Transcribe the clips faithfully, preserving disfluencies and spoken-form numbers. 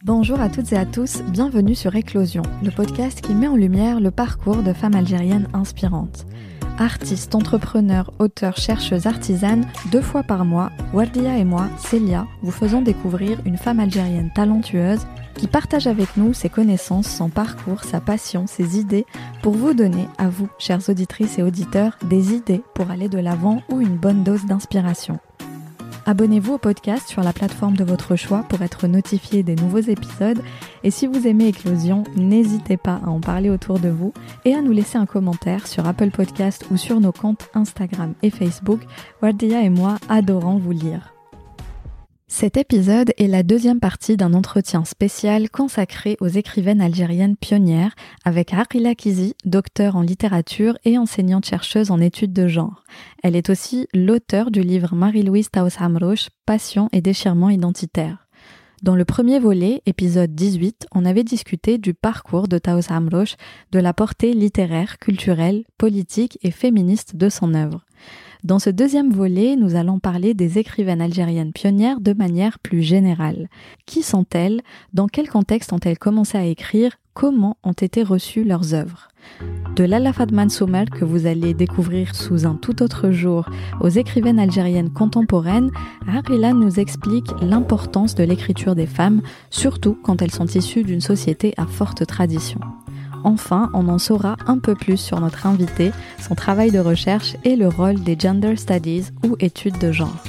Bonjour à toutes et à tous, bienvenue sur Éclosion, le podcast qui met en lumière le parcours de femmes algériennes inspirantes. Artistes, entrepreneurs, auteurs, chercheuses, artisanes, deux fois par mois, Wardia et moi, Célia, vous faisons découvrir une femme algérienne talentueuse qui partage avec nous ses connaissances, son parcours, sa passion, ses idées, pour vous donner, à vous, chères auditrices et auditeurs, des idées pour aller de l'avant ou une bonne dose d'inspiration. Abonnez-vous au podcast sur la plateforme de votre choix pour être notifié des nouveaux épisodes. Et si vous aimez Éclosion, n'hésitez pas à en parler autour de vous et à nous laisser un commentaire sur Apple Podcast ou sur nos comptes Instagram et Facebook. Wardia et moi adorons vous lire. Cet épisode est la deuxième partie d'un entretien spécial consacré aux écrivaines algériennes pionnières avec Aqila Kizi, docteure en littérature et enseignante-chercheuse en études de genre. Elle est aussi l'auteure du livre Marie-Louise Taous Amrouche, Passion et déchirement identitaire. Dans le premier volet, épisode dix-huit, on avait discuté du parcours de Taous Amrouche, de la portée littéraire, culturelle, politique et féministe de son œuvre. Dans ce deuxième volet, nous allons parler des écrivaines algériennes pionnières de manière plus générale. Qui sont-elles? Dans quel contexte ont-elles commencé à écrire? Comment ont été reçues leurs œuvres? De Lalla Fadman Soumer, que vous allez découvrir sous un tout autre jour, aux écrivaines algériennes contemporaines, Aqila nous explique l'importance de l'écriture des femmes, surtout quand elles sont issues d'une société à forte tradition. Enfin, on en saura un peu plus sur notre invitée, son travail de recherche et le rôle des gender studies ou études de genre.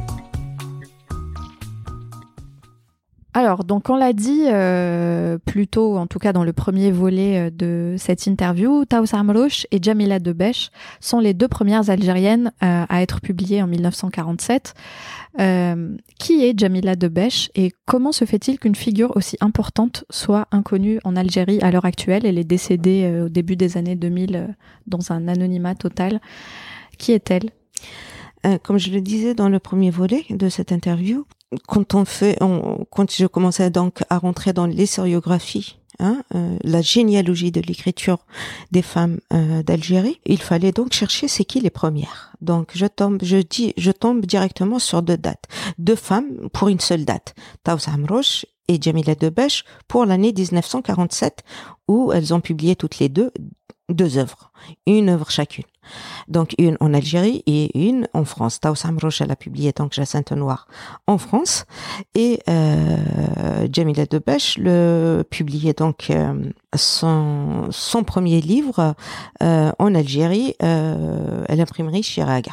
Alors, donc on l'a dit euh, plus tôt, en tout cas dans le premier volet de cette interview, Taous Amrouche et Djamila Debech sont les deux premières Algériennes euh, à être publiées en dix-neuf cent quarante-sept. Euh, qui est Djamila Debech et comment se fait-il qu'une figure aussi importante soit inconnue en Algérie à l'heure actuelle? Elle est décédée euh, au début des années deux mille euh, dans un anonymat total. Qui est-elle? Euh, comme je le disais dans le premier volet de cette interview, quand on fait, on, quand je commençais donc à rentrer dans l'historiographiie, hein, euh, la généalogie de l'écriture des femmes euh, d'Algérie, il fallait donc chercher c'est qui les premières. Donc je tombe, je dis, je tombe directement sur deux dates, deux femmes pour une seule date, Taous Amrouche et Djamila Debech pour l'année dix-neuf cent quarante-sept, où elles ont publié toutes les deux deux œuvres, une œuvre chacune. Donc une en Algérie et une en France. Taous Amrouche, elle a publié donc Jacinthe Noire en France et euh, Djamila Debech le publiait donc euh, son son premier livre euh, en Algérie euh, à l'imprimerie Chiraga.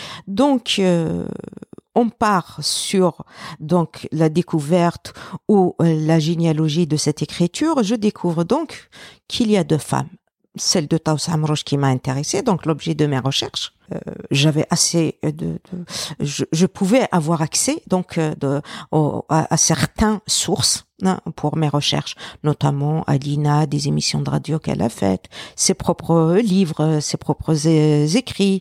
Donc euh, on part sur donc la découverte ou euh, la généalogie de cette écriture. Je découvre donc qu'il y a deux femmes. Celle de Taous Amrouche qui m'a intéressée, donc l'objet de mes recherches. Euh, j'avais assez de, de je, je pouvais avoir accès donc de, au, à, à certaines sources hein, pour mes recherches, notamment à l'I N A, des émissions de radio qu'elle a faites, ses propres livres, ses propres écrits,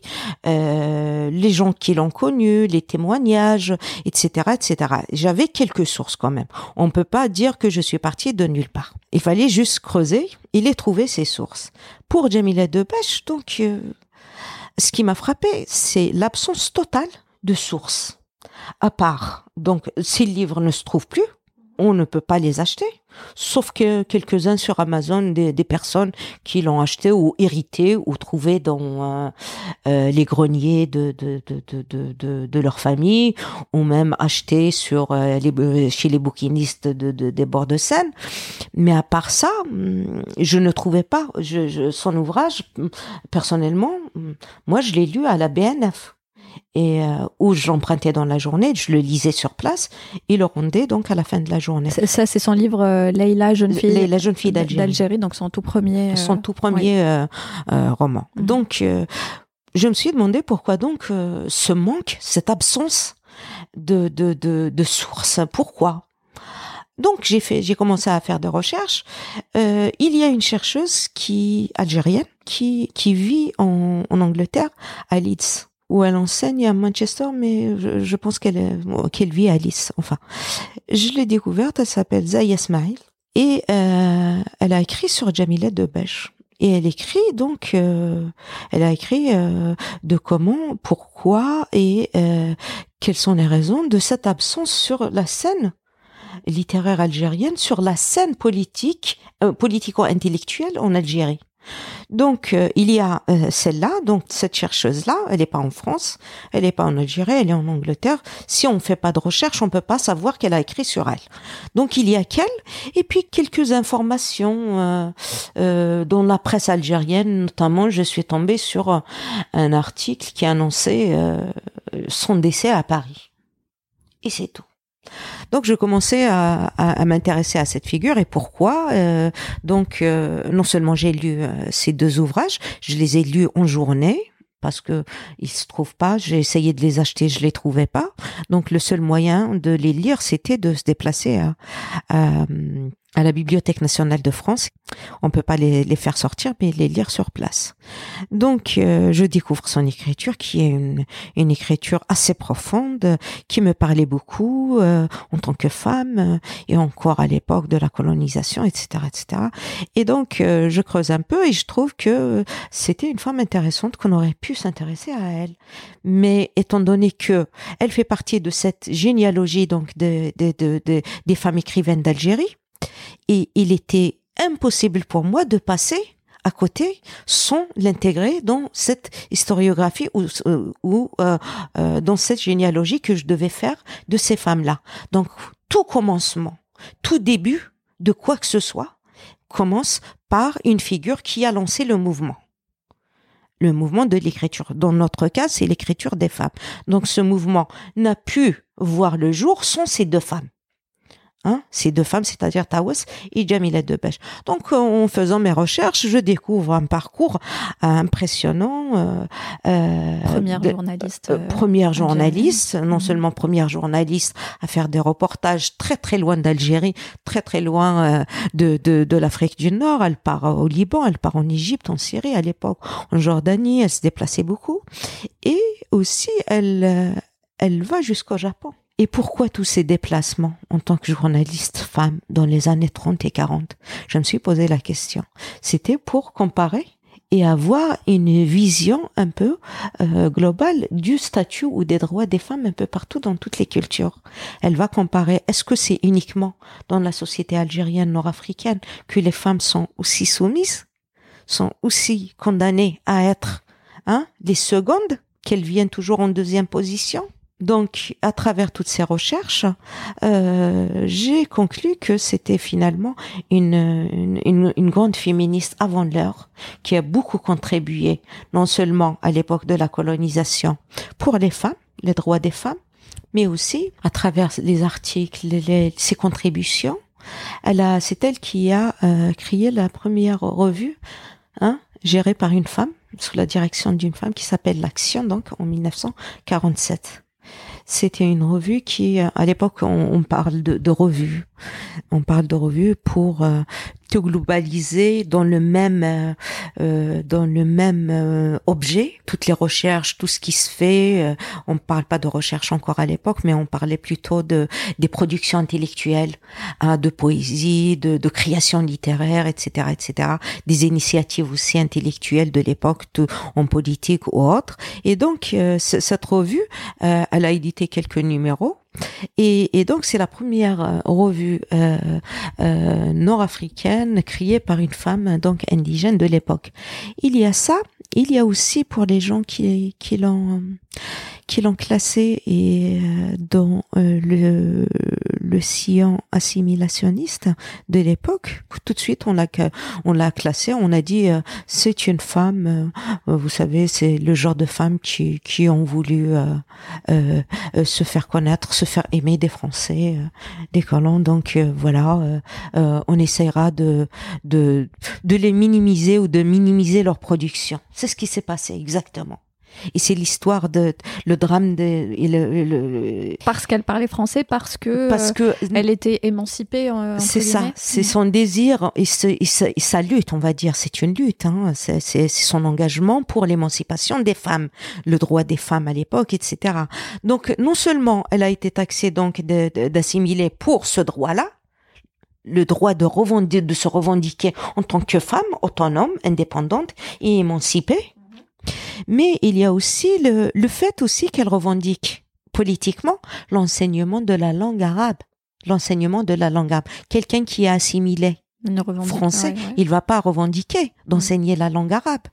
euh, les gens qui l'ont connue, les témoignages, et cetera, et cetera. J'avais quelques sources quand même. On peut pas dire que je suis partie de nulle part. Il fallait juste creuser et les trouver ces sources. Pour Djamila Debech, donc euh, ce qui m'a frappé, c'est l'absence totale de sources. À part, donc, ces livres ne se trouvent plus, on ne peut pas les acheter, sauf que quelques-uns sur Amazon, des, des personnes qui l'ont acheté ou hérité ou trouvé dans euh, euh, les greniers de, de, de, de, de, de, de leur famille, ou même acheté sur, euh, les, chez les bouquinistes de, de, des bords de Seine. Mais à part ça, je ne trouvais pas je, je, son ouvrage, personnellement, moi je l'ai lu à la B N F. Et euh, où j'empruntais dans la journée, je le lisais sur place et le rendais donc à la fin de la journée. Ça, c'est son livre euh, Leïla, jeune fille, Leïla, jeune fille d'Algérie. d'Algérie, donc son tout premier, euh... son tout premier oui. euh, euh, roman. Mmh. Donc, euh, je me suis demandé pourquoi donc euh, ce manque, cette absence de de de, de sources. Pourquoi? Donc j'ai fait, j'ai commencé à faire des recherches. Euh, il y a une chercheuse qui algérienne qui qui vit en, en Angleterre à Leeds, où elle enseigne à Manchester, mais je, je pense qu'elle est, qu'elle vit à Leeds. Enfin, je l'ai découverte. Elle s'appelle Zaya Ismail et euh, elle a écrit sur Djamila Debech. Et elle écrit donc, euh, elle a écrit euh, de comment, pourquoi et euh, quelles sont les raisons de cette absence sur la scène littéraire algérienne sur la scène politique, euh, politico-intellectuelle en Algérie. Donc, euh, il y a euh, celle-là, donc cette chercheuse-là, elle n'est pas en France, elle n'est pas en Algérie, elle est en Angleterre. Si on ne fait pas de recherche, on ne peut pas savoir qu'elle a écrit sur elle. Donc, il y a qu'elle, et puis quelques informations euh, euh, dans la presse algérienne, notamment, je suis tombée sur un article qui annonçait euh, son décès à Paris. Et c'est tout. Donc je commençais à, à, à m'intéresser à cette figure et pourquoi. Euh, donc euh, non seulement j'ai lu euh, ces deux ouvrages, je les ai lus en journée parce que ils se trouvent pas. J'ai essayé de les acheter, je les trouvais pas. Donc le seul moyen de les lire, c'était de se déplacer à, à, à la Bibliothèque nationale de France. On peut pas les, les faire sortir, mais les lire sur place. Donc, euh, je découvre son écriture, qui est une, une écriture assez profonde, qui me parlait beaucoup euh, en tant que femme, euh, et encore à l'époque de la colonisation, et cetera, et cetera. Et donc, euh, je creuse un peu et je trouve que c'était une femme intéressante, qu'on aurait pu s'intéresser à elle. Mais étant donné que elle fait partie de cette généalogie donc de, de, de, de des femmes écrivaines d'Algérie, et il était impossible pour moi de passer à côté sans l'intégrer dans cette historiographie ou, ou euh, euh, dans cette généalogie que je devais faire de ces femmes-là. Donc, tout commencement, tout début de quoi que ce soit commence par une figure qui a lancé le mouvement. Le mouvement de l'écriture. Dans notre cas, c'est l'écriture des femmes. Donc, ce mouvement n'a pu voir le jour sans ces deux femmes. Hein, ces deux femmes, c'est-à-dire Tawes et Jamila Debbouch. Donc, en faisant mes recherches, je découvre un parcours impressionnant. Euh, euh, première de, journaliste. Euh, première journaliste, non mmh. seulement première journaliste à faire des reportages très très loin d'Algérie, très très loin euh, de, de, de l'Afrique du Nord. Elle part au Liban, elle part en Égypte, en Syrie à l'époque, en Jordanie. Elle se déplaçait beaucoup. Et aussi, elle, euh, elle va jusqu'au Japon. Et pourquoi tous ces déplacements en tant que journaliste femme dans les années trente et quarante? Je me suis posé la question. C'était pour comparer et avoir une vision un peu euh, globale du statut ou des droits des femmes un peu partout dans toutes les cultures. Elle va comparer, est-ce que c'est uniquement dans la société algérienne nord-africaine que les femmes sont aussi soumises, sont aussi condamnées à être hein, les secondes, qu'elles viennent toujours en deuxième position? Donc, à travers toutes ces recherches, euh, j'ai conclu que c'était finalement une, une, une, une grande féministe avant l'heure qui a beaucoup contribué, non seulement à l'époque de la colonisation, pour les femmes, les droits des femmes, mais aussi à travers les articles, les, les, ses contributions. Elle a, c'est elle qui a euh, créé la première revue, hein, gérée par une femme, sous la direction d'une femme qui s'appelle L'Action, donc en dix-neuf cent quarante-sept. C'était une revue qui, à l'époque, on, on parle de, de revue. On parle de revue pour euh, te globaliser dans le même, euh, euh, dans le même euh, objet. Toutes les recherches, tout ce qui se fait. Euh, on ne parle pas de recherche encore à l'époque, mais on parlait plutôt de des productions intellectuelles, hein, de poésie, de, de création littéraire, et cetera, et cetera. Des initiatives aussi intellectuelles de l'époque, tout, en politique ou autre. Et donc, euh, c- cette revue, euh, elle a édité quelques numéros. Et, et donc c'est la première revue euh, euh, nord-africaine créée par une femme donc indigène de l'époque. Il y a ça, il y a aussi pour les gens qui qui l'ont qui l'ont classé et euh, dans euh, le le sillon assimilationniste de l'époque, tout de suite on l'a on l'a classé, on a dit euh, c'est une femme, euh, vous savez, c'est le genre de femmes qui qui ont voulu euh, euh, euh, se faire connaître, se faire aimer des Français, euh, des colons. Donc euh, voilà, euh, euh, on essaiera de de de les minimiser ou de minimiser leur production. C'est ce qui s'est passé exactement. Et c'est l'histoire de le drame de et le, le parce qu'elle parlait français, parce que parce que euh, elle était émancipée. Euh, c'est ça, c'est son désir et, ce, et, ce, et sa lutte, on va dire, c'est une lutte. Hein, c'est, c'est, c'est son engagement pour l'émancipation des femmes, le droit des femmes à l'époque, et cetera. Donc non seulement elle a été taxée donc de, de, d'assimiler pour ce droit-là, le droit de revendiquer, de se revendiquer en tant que femme autonome, indépendante et émancipée. Mais il y a aussi le, le fait aussi qu'elle revendique politiquement l'enseignement de la langue arabe l'enseignement de la langue arabe. Quelqu'un qui est assimilé français, ouais, ouais. il va pas revendiquer d'enseigner mmh. la langue arabe.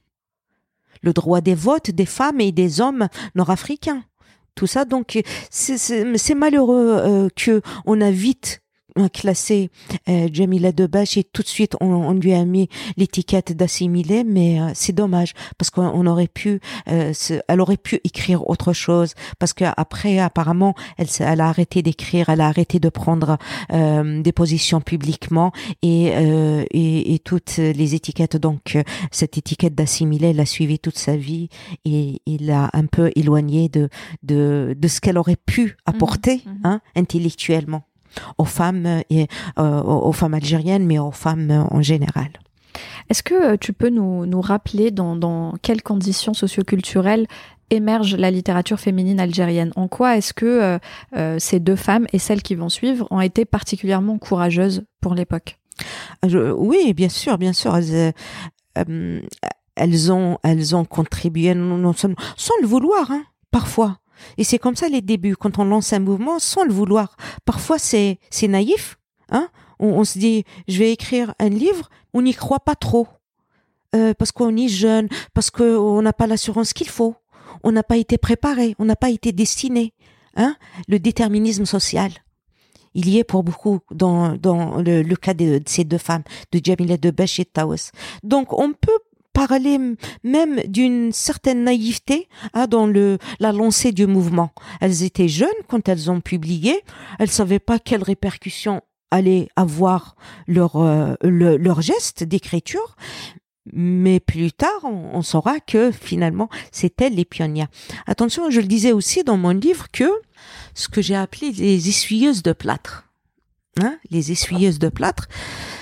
Le droit des votes des femmes et des hommes nord-africains. Tout ça, donc, c'est, c'est, c'est malheureux euh, que on a vite classé euh, Jamila Debbach et tout de suite on, on lui a mis l'étiquette d'assimilée, mais euh, c'est dommage parce qu'on aurait pu, euh, se, elle aurait pu écrire autre chose parce que après apparemment elle, elle a arrêté d'écrire, elle a arrêté de prendre euh, des positions publiquement et, euh, et et toutes les étiquettes, donc euh, cette étiquette d'assimilée elle a suivi toute sa vie et il l'a un peu éloignée de de de ce qu'elle aurait pu apporter mmh, mmh. Hein, intellectuellement aux femmes et euh, aux femmes algériennes, mais aux femmes en général. Est-ce que tu peux nous, nous rappeler dans, dans quelles conditions socioculturelles émerge la littérature féminine algérienne? En quoi est-ce que euh, ces deux femmes et celles qui vont suivre ont été particulièrement courageuses pour l'époque? Je, oui, bien sûr, bien sûr. Elles, euh, elles ont, elles ont contribué non, non, sans, sans le vouloir, hein, parfois. Et c'est comme ça les débuts, quand on lance un mouvement sans le vouloir. Parfois c'est c'est naïf, hein. On, on se dit je vais écrire un livre, on n'y croit pas trop euh, parce qu'on est jeune, parce que on n'a pas l'assurance qu'il faut, on n'a pas été préparé, on n'a pas été destiné, hein. Le déterminisme social, il y est pour beaucoup dans dans le, le cas de, de ces deux femmes, de Jamila Debbach et Taous. Donc on peut parler même d'une certaine naïveté hein, dans le la lancée du mouvement. Elles étaient jeunes quand elles ont publié, elles savaient pas quelles répercussions allaient avoir leur euh, le, leur geste d'écriture, mais plus tard on, on saura que finalement c'était les pionnières. Attention, je le disais aussi dans mon livre que ce que j'ai appelé les essuyeuses de plâtre, hein, les essuyeuses de plâtre.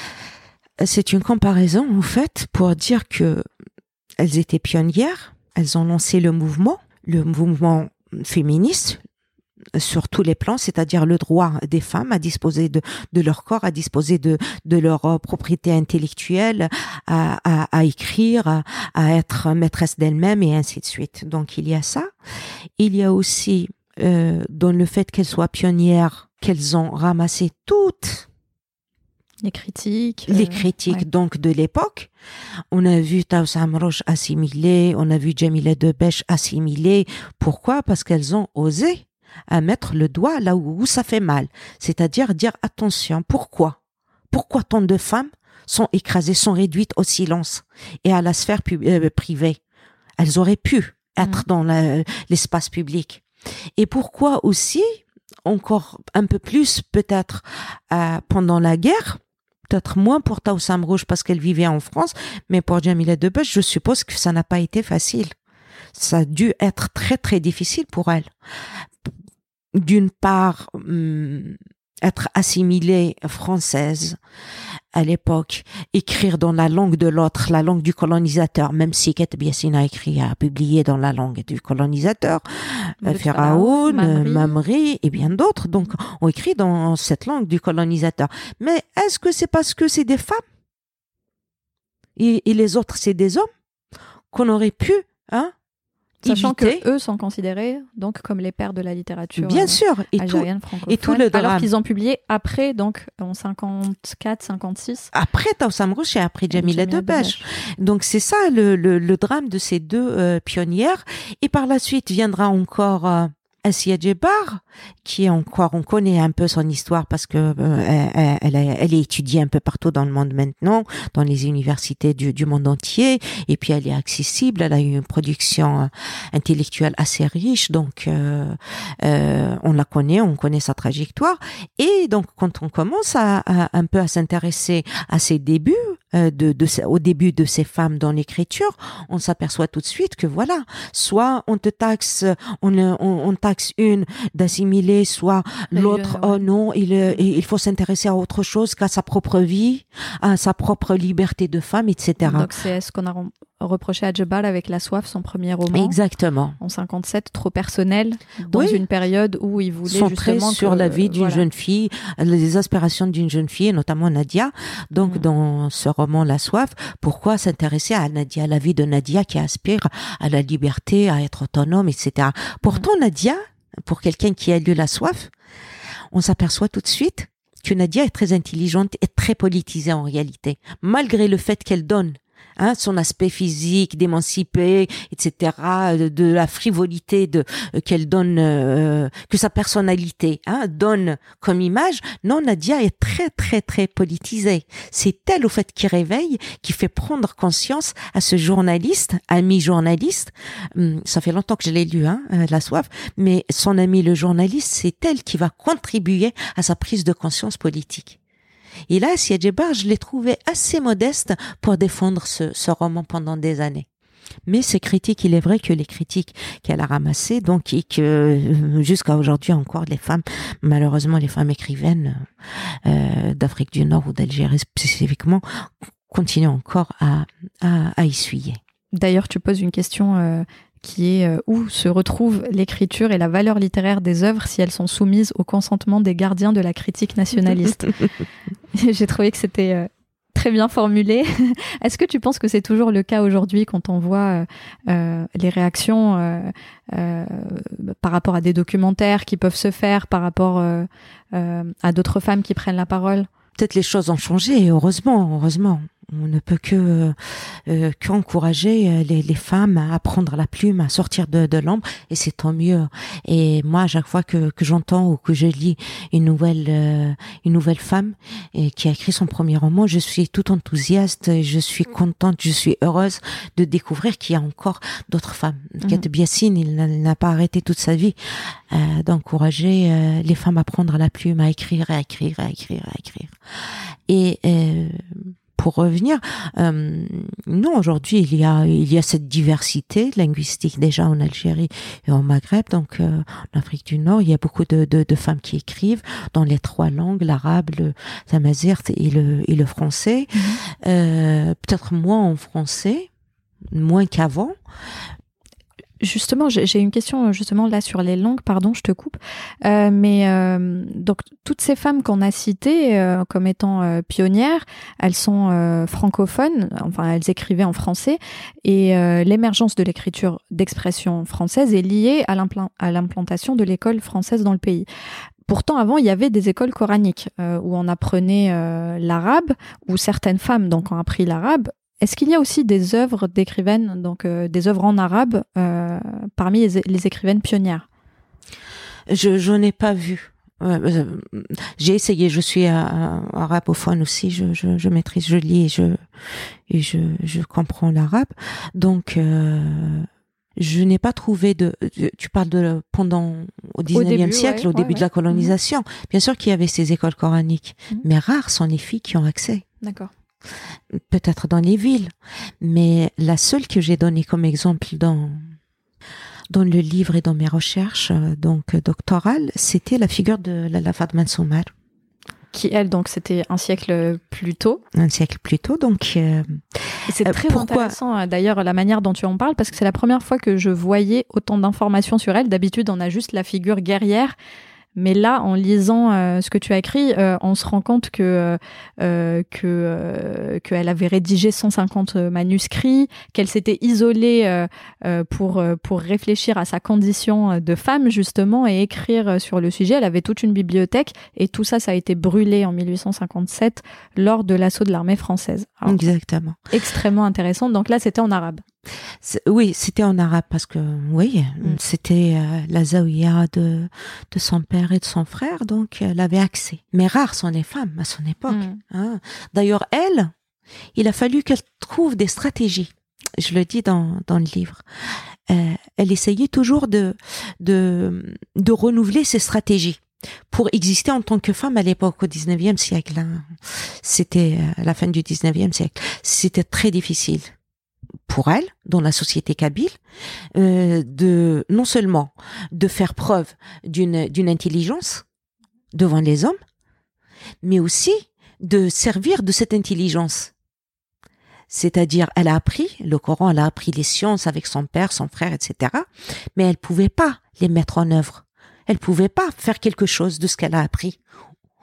C'est une comparaison, en fait, pour dire que elles étaient pionnières, elles ont lancé le mouvement, le mouvement féministe, sur tous les plans, c'est-à-dire le droit des femmes à disposer de, de leur corps, à disposer de, de leur propriété intellectuelle, à, à, à écrire, à, à être maîtresse d'elles-mêmes et ainsi de suite. Donc, il y a ça. Il y a aussi, euh, dans le fait qu'elles soient pionnières, qu'elles ont ramassé toutes Les critiques. Les euh, critiques, ouais. donc, de l'époque. On a vu Taous Amrouche assimilée, on a vu Jamila Debbach assimilée. Pourquoi? Parce qu'elles ont osé à mettre le doigt là où, où ça fait mal. C'est-à-dire dire attention, pourquoi? Pourquoi tant de femmes sont écrasées, sont réduites au silence et à la sphère pub- euh, privée? Elles auraient pu être mmh. dans la, l'espace public. Et pourquoi aussi, encore un peu plus peut-être euh, pendant la guerre, peut-être moins pour Taous Amrouche parce qu'elle vivait en France, mais pour Jamila Debbach, je suppose que ça n'a pas été facile. Ça a dû être très très difficile pour elle. D'une part, hum, être assimilée française à l'époque, écrire dans la langue de l'autre, la langue du colonisateur, même si Kate Biassine a écrit, a publié dans la langue du colonisateur, Pharaon, Mamri. Mamri et bien d'autres, donc ont écrit dans cette langue du colonisateur. Mais est-ce que c'est parce que c'est des femmes et, et les autres c'est des hommes qu'on aurait pu, hein, sachant éviter. que eux sont considérés donc comme les pères de la littérature bien sûr et algérienne tout, francophone, et tout le drame. Alors qu'ils ont publié après, donc en cinquante-quatre cinquante-six, après Taous Amrouche et après Jamila Debbach. Donc c'est ça le, le, le drame de ces deux euh, pionnières. Et par la suite viendra encore euh, Assia Djebar, qui est encore, on connaît un peu son histoire parce que euh, elle, elle, elle est étudiée un peu partout dans le monde maintenant, dans les universités du, du monde entier, et puis elle est accessible, elle a eu une production euh, intellectuelle assez riche, donc euh, euh, on la connaît, on connaît sa trajectoire, et donc quand on commence à, à un peu à s'intéresser à ses débuts, euh, de, de, au début de ces femmes dans l'écriture, on s'aperçoit tout de suite que voilà, soit on te taxe, on, on, on taxe une d'assimiler, soit Mais l'autre, je, ouais. oh non, il, il faut s'intéresser à autre chose qu'à sa propre vie, à sa propre liberté de femme, et cetera. Donc c'est ce qu'on a reproché à Djebar avec La Soif, son premier roman. Exactement. En cinquante-sept, trop personnel, dans oui. une période où il voulait centré justement sur que, la vie d'une voilà. jeune fille, les aspirations d'une jeune fille, notamment Nadia. Donc mmh. dans ce roman La Soif, pourquoi s'intéresser à Nadia, à la vie de Nadia qui aspire à la liberté, à être autonome, et cetera. Pourtant mmh. Nadia, pour quelqu'un qui a lu La Soif, on s'aperçoit tout de suite que Nadia est très intelligente et très politisée en réalité, malgré le fait qu'elle donne Hein, son aspect physique, d'émanciper, et cetera, de, de la frivolité de euh, qu'elle donne, euh, que sa personnalité hein, donne comme image. Non, Nadia est très très très politisée. C'est elle au fait qui réveille, qui fait prendre conscience à ce journaliste, ami journaliste. Hum, ça fait longtemps que je l'ai lu, hein, euh, La Soif, mais son ami le journaliste, c'est elle qui va contribuer à sa prise de conscience politique. Et là, Assia Djebar, je l'ai trouvé assez modeste pour défendre ce, ce roman pendant des années. Mais ces critiques, il est vrai que les critiques qu'elle a ramassées, donc, et que jusqu'à aujourd'hui encore, les femmes, malheureusement, les femmes écrivaines euh, d'Afrique du Nord ou d'Algérie spécifiquement, continuent encore à, à, à essuyer. D'ailleurs, tu poses une question euh, qui est euh, où se retrouve l'écriture et la valeur littéraire des œuvres si elles sont soumises au consentement des gardiens de la critique nationaliste. J'ai trouvé que c'était euh, très bien formulé. Est-ce que tu penses que c'est toujours le cas aujourd'hui quand on voit euh, euh, les réactions euh, euh, par rapport à des documentaires qui peuvent se faire, par rapport euh, euh, à d'autres femmes qui prennent la parole ? Peut-être les choses ont changé, heureusement, heureusement. On ne peut que euh, qu'encourager les, les femmes à prendre la plume, à sortir de, de l'ombre, et c'est tant mieux. Et moi, à chaque fois que, que j'entends ou que je lis une nouvelle euh, une nouvelle femme et qui a écrit son premier roman, je suis tout enthousiaste, je suis contente, je suis heureuse de découvrir qu'il y a encore d'autres femmes. Mmh. Kateb Yassine, il n'a, il n'a pas arrêté toute sa vie euh, d'encourager euh, les femmes à prendre la plume, à écrire, à écrire, à écrire, à écrire. Et euh, pour revenir, euh, non, aujourd'hui, il y a, il y a cette diversité linguistique déjà en Algérie et au Maghreb, donc euh, en Afrique du Nord, il y a beaucoup de, de, de femmes qui écrivent dans les trois langues, l'arabe, le tamazight et le, et le français. Mmh. Euh, peut-être moins en français, moins qu'avant. Justement, j'ai une question justement là sur les langues, pardon, je te coupe. Euh, mais euh, donc toutes ces femmes qu'on a citées euh, comme étant euh, pionnières, elles sont euh, francophones, enfin elles écrivaient en français, et euh, l'émergence de l'écriture d'expression française est liée à l'implantation de l'école française dans le pays. Pourtant, avant, il y avait des écoles coraniques euh, où on apprenait euh, l'arabe, où certaines femmes donc ont appris l'arabe. Est-ce qu'il y a aussi des œuvres d'écrivaines, donc euh, des œuvres en arabe, euh, parmi les, les écrivaines pionnières ? Je, je n'ai pas vu. Euh, j'ai essayé. Je suis euh, arabophone aussi. Je, je, je maîtrise, je lis et je et je, je comprends l'arabe. Donc, euh, je n'ai pas trouvé de. Tu parles de pendant au dix-neuvième siècle, ouais, au début ouais, de la colonisation. Mmh. Bien sûr qu'il y avait ces écoles coraniques, mmh. mais rares sont les filles qui ont accès. D'accord. Peut-être dans les villes, mais la seule que j'ai donnée comme exemple dans dans le livre et dans mes recherches donc doctorales, c'était la figure de Lalla Fadma Soumar, qui elle donc c'était un siècle plus tôt. Un siècle plus tôt, donc. Euh, et c'est très pourquoi... intéressant d'ailleurs la manière dont tu en parles, parce que c'est la première fois que je voyais autant d'informations sur elle. D'habitude, on a juste la figure guerrière. Mais là, en lisant euh, ce que tu as écrit, euh, on se rend compte que euh, que euh, qu'elle avait rédigé cent cinquante manuscrits, qu'elle s'était isolée euh, euh, pour pour réfléchir à sa condition de femme justement et écrire sur le sujet. Elle avait toute une bibliothèque et tout ça, ça a été brûlé en mille huit cent cinquante-sept lors de l'assaut de l'armée française. Alors, exactement. Extrêmement intéressant. Donc là, c'était en arabe. Oui, c'était en arabe parce que oui, mm. c'était euh, la zaouïa de de son père et de son frère, donc elle avait accès. Mais rares sont les femmes à son époque. Mm. Hein. D'ailleurs, elle, il a fallu qu'elle trouve des stratégies. Je le dis dans dans le livre. Euh, elle essayait toujours de de de renouveler ses stratégies pour exister en tant que femme à l'époque au dix-neuvième siècle. Hein. C'était à la fin du dix-neuvième siècle. C'était très difficile pour elle, dans la société kabyle, euh, de non seulement de faire preuve d'une d'une intelligence devant les hommes, mais aussi de servir de cette intelligence. C'est-à-dire, elle a appris le Coran, elle a appris les sciences avec son père, son frère, et cetera. Mais elle pouvait pas les mettre en œuvre. Elle pouvait pas faire quelque chose de ce qu'elle a appris.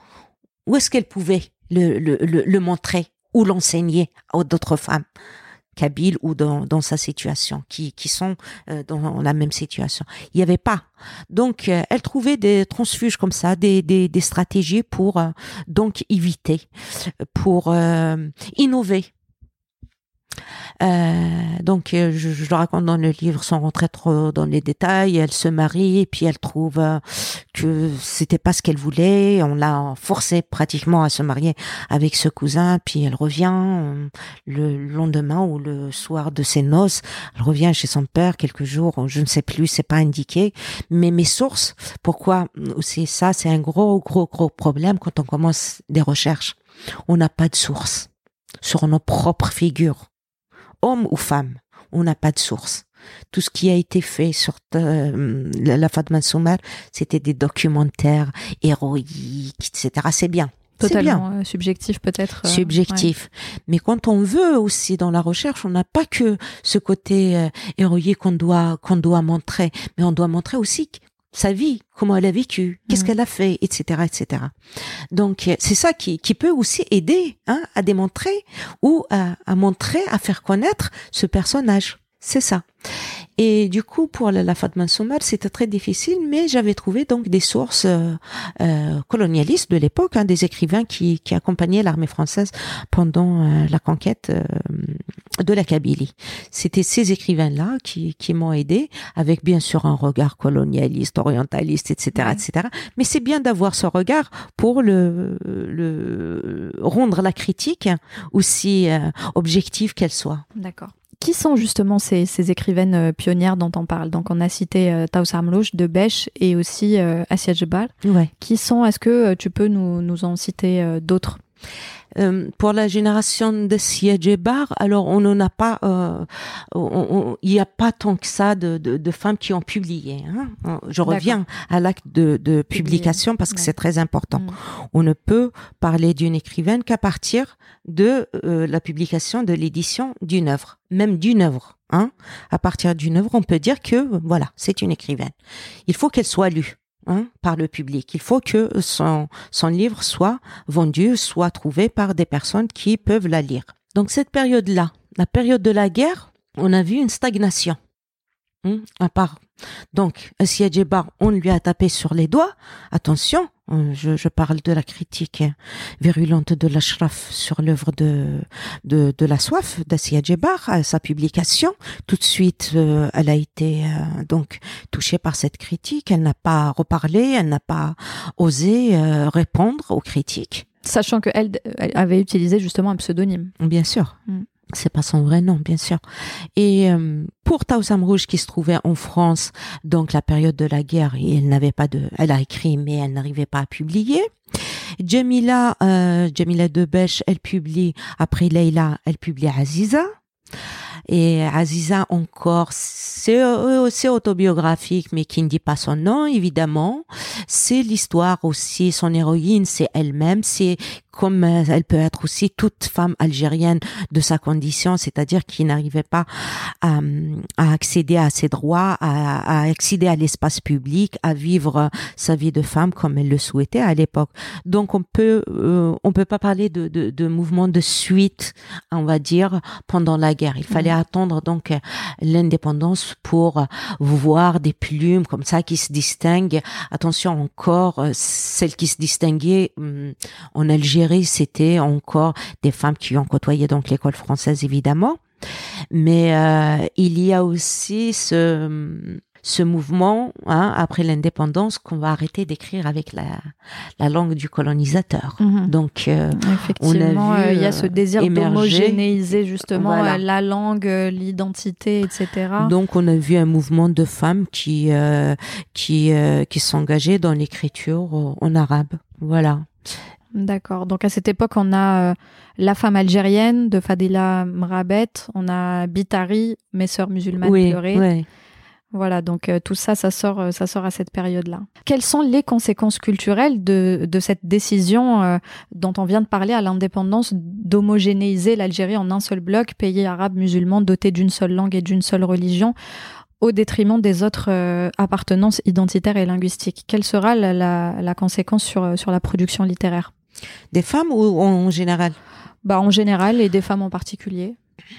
Où est-ce qu'elle pouvait le le le, le montrer ou l'enseigner à d'autres femmes? kabyle ou dans, dans sa situation, qui, qui sont euh, dans la même situation. Il n'y avait pas. Donc, euh, elle trouvait des transfuges comme ça, des, des, des stratégies pour euh, donc éviter, pour euh, innover. Euh, donc, je, je le raconte dans le livre sans rentrer trop dans les détails. Elle se marie et puis elle trouve euh, que c'était pas ce qu'elle voulait. On l'a forcé pratiquement à se marier avec ce cousin. Puis elle revient euh, le lendemain ou le soir de ses noces. Elle revient chez son père quelques jours. Je ne sais plus, c'est pas indiqué. Mais mes sources, pourquoi c'est ça, c'est un gros, gros, gros problème quand on commence des recherches. On n'a pas de source sur nos propres figures. Homme ou femme, on n'a pas de source. Tout ce qui a été fait sur euh, la Fatma Soumar, c'était des documentaires héroïques, et cetera. C'est bien. Totalement c'est bien. Euh, subjectif peut-être. Euh, subjectif. Ouais. Mais quand on veut aussi dans la recherche, on n'a pas que ce côté euh, héroïque qu'on doit qu'on doit montrer, mais on doit montrer aussi sa vie, comment elle a vécu, qu'est-ce mmh. qu'elle a fait, et cetera, et cetera. Donc c'est ça qui qui peut aussi aider hein, à démontrer ou à, à montrer, à faire connaître ce personnage. C'est ça. Et du coup, pour la, la Fatma Soumar, c'était très difficile, mais j'avais trouvé donc des sources euh, euh, colonialistes de l'époque, hein, des écrivains qui, qui accompagnaient l'armée française pendant euh, la conquête euh, de la Kabylie. C'était ces écrivains-là qui, qui m'ont aidé, avec bien sûr un regard colonialiste, orientaliste, et cetera, ouais. et cetera. Mais c'est bien d'avoir ce regard pour le, le rendre la critique aussi euh, objective qu'elle soit. D'accord. Qui sont justement ces, ces écrivaines pionnières dont on parle? Donc on a cité euh, Taous Armlouch, Debèche et aussi euh, Assia Djebar. Ouais. Qui sont, est-ce que tu peux nous, nous en citer euh, d'autres? Euh, pour la génération de Assia Djebar, alors on n'en a pas, euh, il n'y a pas tant que ça de, de, de femmes qui ont publié. Hein. Je reviens D'accord. à l'acte de, de publication parce que ouais. c'est très important. Mmh. On ne peut parler d'une écrivaine qu'à partir de euh, la publication, de l'édition d'une œuvre, même d'une œuvre. Hein. À partir d'une œuvre, on peut dire que voilà, c'est une écrivaine. Il faut qu'elle soit lue. Hein, par le public. Il faut que son, son livre soit vendu, soit trouvé par des personnes qui peuvent la lire. Donc cette période-là, la période de la guerre, on a vu une stagnation. Hein, à part. Donc, Assia Djebar, on lui a tapé sur les doigts. Attention, je, je parle de la critique virulente de l'Ashraf sur l'œuvre de, de, de La Soif d'Assia Djebar, à sa publication. Tout de suite, euh, elle a été euh, donc touchée par cette critique. Elle n'a pas reparlé, elle n'a pas osé euh, répondre aux critiques. Sachant qu'elle elle avait utilisé justement un pseudonyme. Bien sûr. Mm. C'est pas son vrai nom, bien sûr. Et euh, pour Taous Armlouch qui se trouvait en France, donc la période de la guerre, et elle n'avait pas de, elle a écrit mais elle n'arrivait pas à publier. Jamila, euh, Jamila Debèche, elle publie après Leïla, elle publie Aziza. Et Aziza encore, c'est, c'est autobiographique, mais qui ne dit pas son nom, évidemment. C'est l'histoire aussi, son héroïne, c'est elle-même, c'est comme elle peut être aussi toute femme algérienne de sa condition, c'est-à-dire qui n'arrivait pas à, à accéder à ses droits, à, à accéder à l'espace public, à vivre sa vie de femme comme elle le souhaitait à l'époque. Donc on peut, euh, on peut pas parler de, de, de mouvement de suite, on va dire, pendant la guerre. Il fallait mmh. attendre donc l'indépendance pour voir des plumes comme ça qui se distinguent. Attention encore, celles qui se distinguaient en Algérie, c'était encore des femmes qui ont côtoyé donc l'école française évidemment, mais euh, il y a aussi ce ce mouvement hein, après l'indépendance qu'on va arrêter d'écrire avec la la langue du colonisateur. Mmh. Donc euh, effectivement, on a vu, euh, il y a ce désir émerger, d'homogénéiser justement voilà. la langue, l'identité, et cetera. Donc on a vu un mouvement de femmes qui euh, qui euh, qui s'engageaient dans l'écriture en arabe. Voilà. D'accord. Donc à cette époque, on a euh, La femme algérienne de Fadila Mrabet, on a Bitari, Mes sœurs musulmanes oui, pleurées. Oui. Voilà, donc euh, tout ça, ça sort, euh, ça sort à cette période-là. Quelles sont les conséquences culturelles de, de cette décision euh, dont on vient de parler à l'indépendance d'homogénéiser l'Algérie en un seul bloc, pays arabe musulman doté d'une seule langue et d'une seule religion, au détriment des autres euh, appartenances identitaires et linguistiques? Quelle sera la, la, la conséquence sur, sur la production littéraire? Des femmes ou en général? Bah, en général et des femmes en particulier.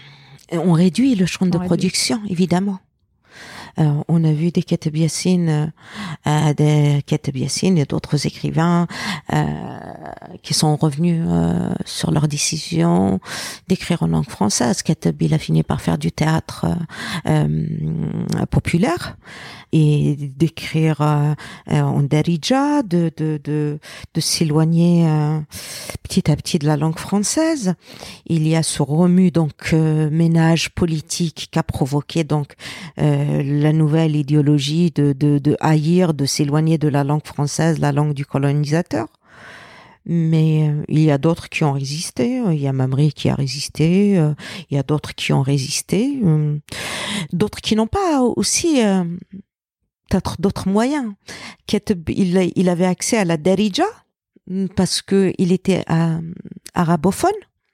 On réduit le champ on de réduit. production, évidemment. Euh, on a vu des Kateb Yassine, euh, des Kateb Yassine et d'autres écrivains euh, qui sont revenus euh, sur leur décision d'écrire en langue française. Kateb, il a fini par faire du théâtre euh, euh, populaire et d'écrire euh, en darija, de de de, de s'éloigner euh, petit à petit de la langue française. Il y a ce remue donc euh, ménage politique qu'a provoqué donc euh, la nouvelle idéologie de de de haïr, de s'éloigner de la langue française, la langue du colonisateur. Mais euh, il y a d'autres qui ont résisté. Il y a Mamri qui a résisté. Euh, il y a d'autres qui ont résisté. Euh, d'autres qui n'ont pas aussi euh, peut-être d'autres moyens. Il, il avait accès à la darija parce que il était euh, arabophone.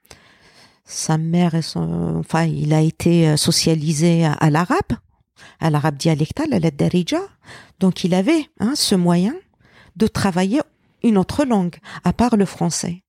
Sa mère et son, enfin, il a été socialisé à, à l'arabe, à l'arabe dialectal, à la darija. Donc, il avait hein, ce moyen de travailler une autre langue, à part le français.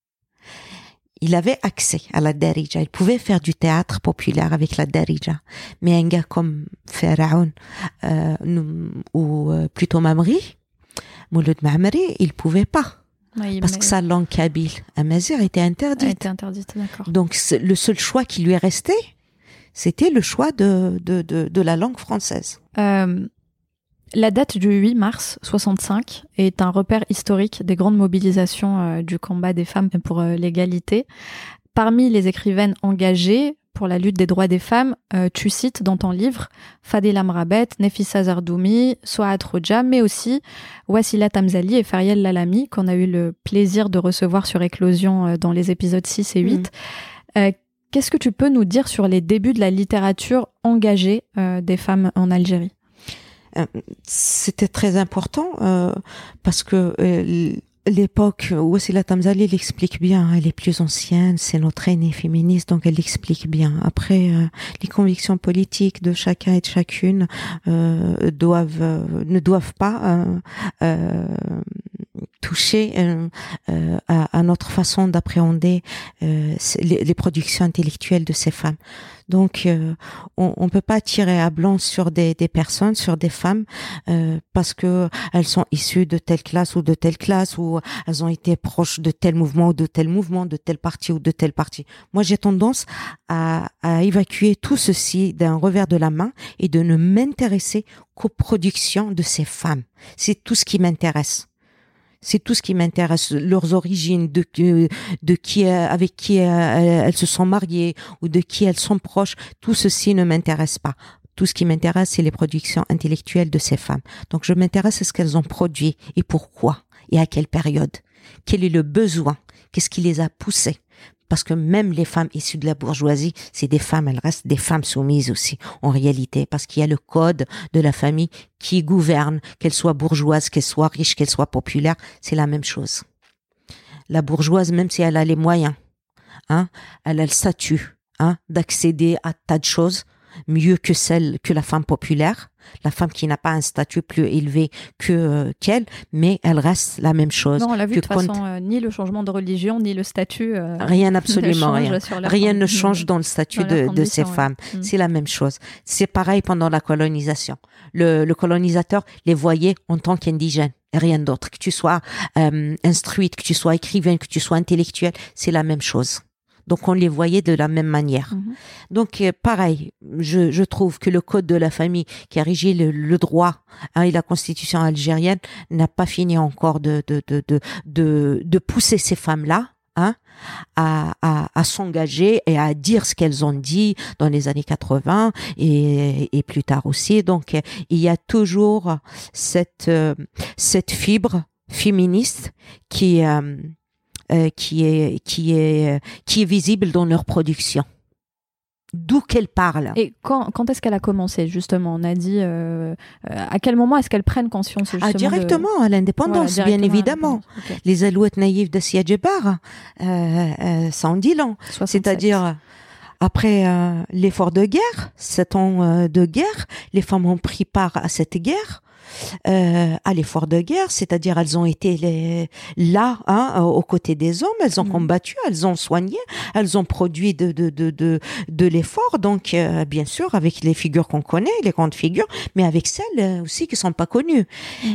Il avait accès à la darija. Il pouvait faire du théâtre populaire avec la darija. Mais un gars comme Faraoun, euh, ou euh, plutôt Mamri, Mouloud Mamri, il pouvait pas. Oui, parce que sa langue kabyle, amazigh, était interdite. Elle était interdite, d'accord. Donc, le seul choix qui lui est resté, c'était le choix de, de, de, de la langue française. Euh, la date du huit mars soixante-cinq est un repère historique des grandes mobilisations euh, du combat des femmes pour euh, l'égalité. Parmi les écrivaines engagées pour la lutte des droits des femmes, euh, tu cites dans ton livre Fadila Mrabet, Nefissa Zardoumi, Souad Roja, mais aussi Wassila Tamzali et Fariel Lalami, qu'on a eu le plaisir de recevoir sur Éclosion euh, dans les épisodes six et huit. Mmh. Euh, qu'est-ce que tu peux nous dire sur les débuts de la littérature engagée euh, des femmes en Algérie ? euh, C'était très important euh, parce que euh, l'époque, Wassila Tamzali l'explique bien, elle est plus ancienne, c'est notre aînée féministe, donc elle l'explique bien. Après, euh, les convictions politiques de chacun et de chacune euh, doivent, euh, ne doivent pas euh, euh, toucher euh, euh, à, à notre façon d'appréhender euh, les, les productions intellectuelles de ces femmes. Donc, euh, on, on peut pas tirer à blanc sur des, des personnes, sur des femmes, euh, parce que elles sont issues de telle classe ou de telle classe, ou elles ont été proches de tel mouvement ou de tel mouvement, de tel parti ou de tel parti. Moi, j'ai tendance à, à évacuer tout ceci d'un revers de la main et de ne m'intéresser qu'aux productions de ces femmes. C'est tout ce qui m'intéresse. C'est tout ce qui m'intéresse, leurs origines, de, de qui, avec qui elles se sont mariées ou de qui elles sont proches. Tout ceci ne m'intéresse pas. Tout ce qui m'intéresse, c'est les productions intellectuelles de ces femmes. Donc, je m'intéresse à ce qu'elles ont produit et pourquoi et à quelle période. Quel est le besoin? Qu'est-ce qui les a poussées? Parce que même les femmes issues de la bourgeoisie, c'est des femmes, elles restent des femmes soumises aussi, en réalité, parce qu'il y a le code de la famille qui gouverne, qu'elle soit bourgeoise, qu'elle soit riche, qu'elle soit populaire, c'est la même chose. La bourgeoise, même si elle a les moyens, hein, elle a le statut, hein, d'accéder à tas de choses, mieux que celle, que la femme populaire, la femme qui n'a pas un statut plus élevé que euh, qu'elle, mais elle reste la même chose. Non, on l'a vu de toute compte... façon, euh, ni le changement de religion, ni le statut. Euh, rien, absolument rien. Rien ne change dans le statut dans de, de ces ouais. femmes. Mmh. C'est la même chose. C'est pareil pendant la colonisation. Le, le colonisateur les voyait en tant qu'indigènes. Et rien d'autre. Que tu sois euh, instruite, que tu sois écrivaine, que tu sois intellectuelle, c'est la même chose. Donc, on les voyait de la même manière. Mmh. Donc, euh, pareil, je, je trouve que le code de la famille qui a régi le, le droit hein, et la constitution algérienne n'a pas fini encore de, de, de, de, de, de pousser ces femmes-là hein, à, à, à s'engager et à dire ce qu'elles ont dit dans les années quatre-vingts et, et plus tard aussi. Donc, il y a toujours cette, euh, cette fibre féministe qui... Euh, Euh, qui est qui est qui est visible dans leur production. D'où qu'elle parle. Et quand quand est-ce qu'elle a commencé justement? On a dit euh, à quel moment est-ce qu'elles prennent conscience justement ah, directement de... à l'indépendance, voilà, bien évidemment. Okay. Les alouettes naïves de Sia Djebar, euh, euh, ça en dit long. soixante-sept. C'est-à-dire après euh, l'effort de guerre, sept ans euh, de guerre, les femmes ont pris part à cette guerre. euh, à l'effort de guerre, c'est-à-dire elles ont été les, là, hein, aux côtés des hommes, elles ont mmh. combattu, elles ont soigné, elles ont produit de de de de, de l'effort. Donc euh, bien sûr avec les figures qu'on connaît, les grandes figures, mais avec celles aussi qui sont pas connues. Mmh.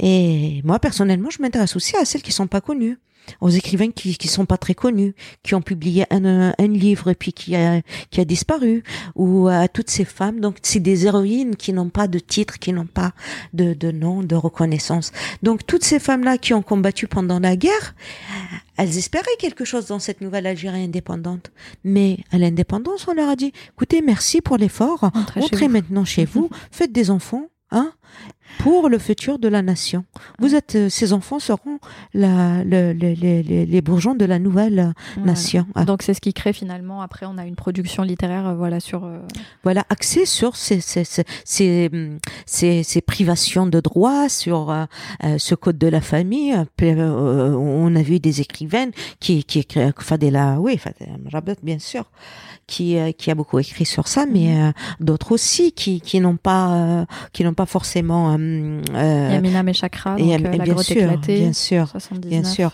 Et moi personnellement, je m'intéresse aussi à celles qui sont pas connues, aux écrivains qui qui sont pas très connus, qui ont publié un un livre et puis qui a qui a disparu, ou à toutes ces femmes. Donc c'est des héroïnes qui n'ont pas de titre, qui n'ont pas de de nom, de reconnaissance. Donc toutes ces femmes-là qui ont combattu pendant la guerre, elles espéraient quelque chose dans cette nouvelle Algérie indépendante. Mais à l'indépendance, on leur a dit "Écoutez, merci pour l'effort. Entrez, Entrez maintenant chez vous, faites des enfants, hein." Pour le futur de la nation. Vous êtes, euh, ces enfants seront la, le, le, les, les bourgeons de la nouvelle voilà. nation. Ah. Donc c'est ce qui crée finalement, après on a une production littéraire, euh, voilà, sur... Euh... Voilà, axée sur ces, ces, ces, ces, ces, ces privations de droits, sur euh, ce code de la famille. Euh, on a vu des écrivaines qui, qui écrivent, Fadela, oui, Fadela Mrabet, bien sûr, qui, euh, qui a beaucoup écrit sur ça, mais euh, d'autres aussi qui, qui n'ont pas, euh, qui n'ont pas forcément... Euh, Euh, Yamina Mechakra, donc, euh, la grotte éclatée, bien sûr, soixante-dix-neuf. bien sûr.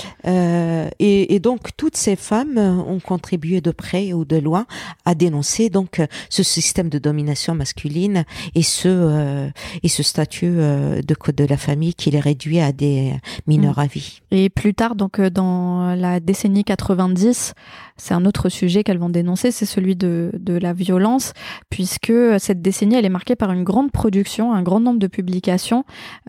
Euh, et, et donc toutes ces femmes ont contribué de près ou de loin à dénoncer donc ce système de domination masculine et ce euh, et ce statut euh, de code de la famille qui les réduit à des mineurs mmh. à vie. Et plus tard, donc dans la décennie quatre-vingt-dix, c'est un autre sujet qu'elles vont dénoncer, c'est celui de de la violence, puisque cette décennie elle est marquée par une grande production, un grand nombre de publications.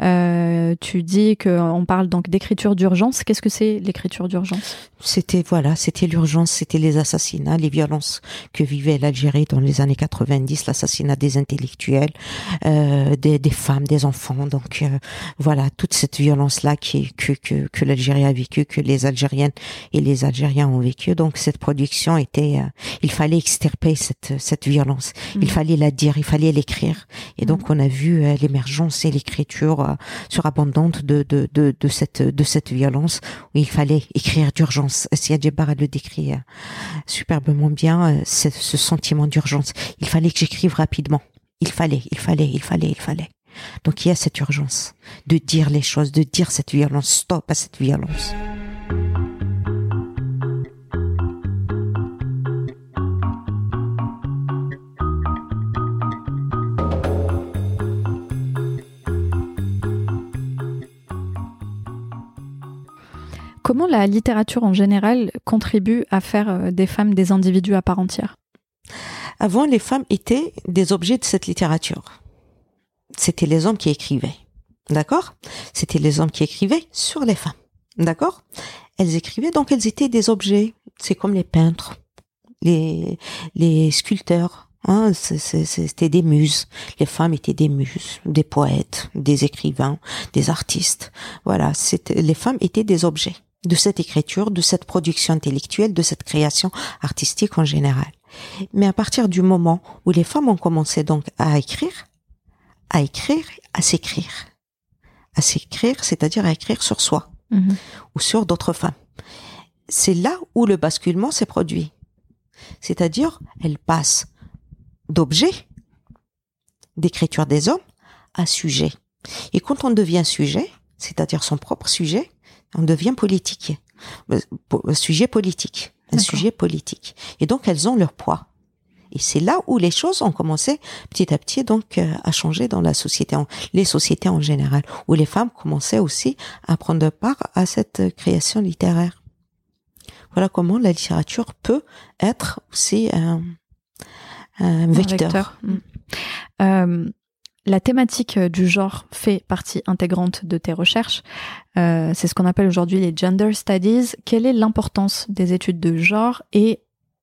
Euh, tu dis qu'on parle donc d'écriture d'urgence. Qu'est-ce que c'est l'écriture d'urgence ? C'était voilà, c'était l'urgence, c'était les assassinats, les violences que vivait l'Algérie dans les années quatre-vingt-dix, l'assassinat des intellectuels, euh, des, des femmes, des enfants. Donc euh, voilà, toute cette violence-là qui que que que l'Algérie a vécue, que les Algériennes et les Algériens ont vécu. Donc cette production était, euh, il fallait extirper cette cette violence. Mmh. Il fallait la dire, il fallait l'écrire. Et donc mmh. on a vu euh, l'émergence et l'écriture euh, surabondante de de de de cette de cette violence où il fallait écrire d'urgence. Siad Djebbar le décrit euh, superbement bien, euh, ce, ce sentiment d'urgence. Il fallait que j'écrive rapidement. Il fallait, il fallait, il fallait, il fallait. Donc il y a cette urgence de dire les choses, de dire cette violence, stop à cette violence. Comment la littérature en général contribue à faire des femmes des individus à part entière ? Avant, les femmes étaient des objets de cette littérature. C'était les hommes qui écrivaient, d'accord ? C'était les hommes qui écrivaient sur les femmes, d'accord ? Elles écrivaient, donc elles étaient des objets. C'est comme les peintres, les les sculpteurs. Hein, c'est, c'est, c'était des muses. Les femmes étaient des muses, des poètes, des écrivains, des artistes. Voilà, c'était, les femmes étaient des objets de cette écriture, de cette production intellectuelle, de cette création artistique en général. Mais à partir du moment où les femmes ont commencé donc à écrire, à écrire, à s'écrire, à s'écrire, c'est-à-dire à écrire sur soi mmh. ou sur d'autres femmes, c'est là où le basculement s'est produit. C'est-à-dire, elles passent d'objet, d'écriture des hommes, à sujet. Et quand on devient sujet, c'est-à-dire son propre sujet, on devient politique. Un sujet politique. Un D'accord. sujet politique. Et donc, elles ont leur poids. Et c'est là où les choses ont commencé petit à petit donc à changer dans la société, les sociétés en général, où les femmes commençaient aussi à prendre part à cette création littéraire. Voilà comment la littérature peut être aussi un, un vecteur. Un vecteur. Mmh. Euh, la thématique du genre fait partie intégrante de tes recherches. Euh, c'est ce qu'on appelle aujourd'hui les gender studies. Quelle est l'importance des études de genre et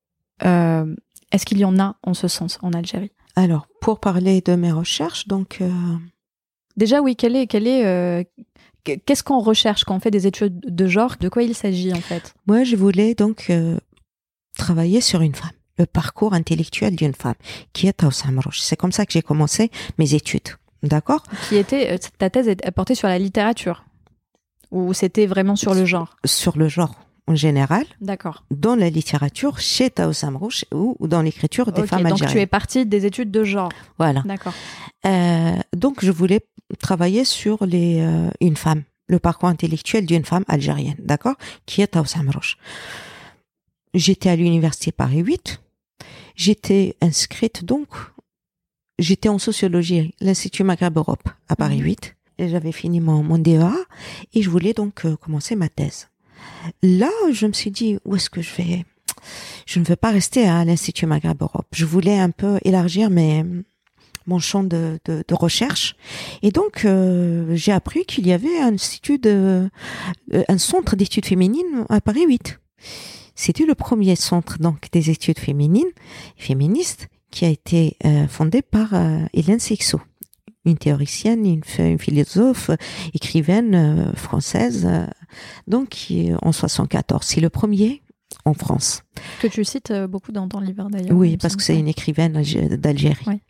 euh, est-ce qu'il y en a en ce sens en Algérie ? Alors, pour parler de mes recherches, donc... Euh... Déjà, oui, quelle est, quelle est, euh, qu'est-ce qu'on recherche quand on fait des études de genre ? De quoi il s'agit, en fait ? Moi, je voulais donc euh, travailler sur une femme, le parcours intellectuel d'une femme, qui est Taous Amrouche. C'est comme ça que j'ai commencé mes études, d'accord ? Qui était, ta thèse est portée sur la littérature ? Ou c'était vraiment sur le genre ? Sur le genre. En général, d'accord. Dans la littérature, chez Taous Amrouche ou, ou dans l'écriture des okay, femmes donc algériennes. Donc tu es partie des études de genre. Voilà. D'accord. Euh, donc je voulais travaillé sur les, euh, une femme, le parcours intellectuel d'une femme algérienne, d'accord, qui est Taous Amrouche. J'étais à l'université Paris huit. J'étais inscrite donc, j'étais en sociologie, l'Institut Maghreb Europe à Paris huit. Et j'avais fini mon, mon D E A et je voulais donc euh, commencer ma thèse. Là, je me suis dit, où est-ce que je vais? Je ne veux pas rester à l'Institut Maghreb Europe. Je voulais un peu élargir mes, mon champ de, de, de recherche. Et donc, euh, j'ai appris qu'il y avait un institut de, un centre d'études féminines à Paris huit. C'était le premier centre donc des études féminines, féministes, qui a été euh, fondé par euh, Hélène Cixous, une théoricienne, une, une philosophe, écrivaine euh, française, euh, donc qui, en soixante-quatorze. C'est le premier en France. Que tu cites beaucoup dans ton livre d'ailleurs. Oui, parce que c'est une écrivaine d'Algérie. Oui.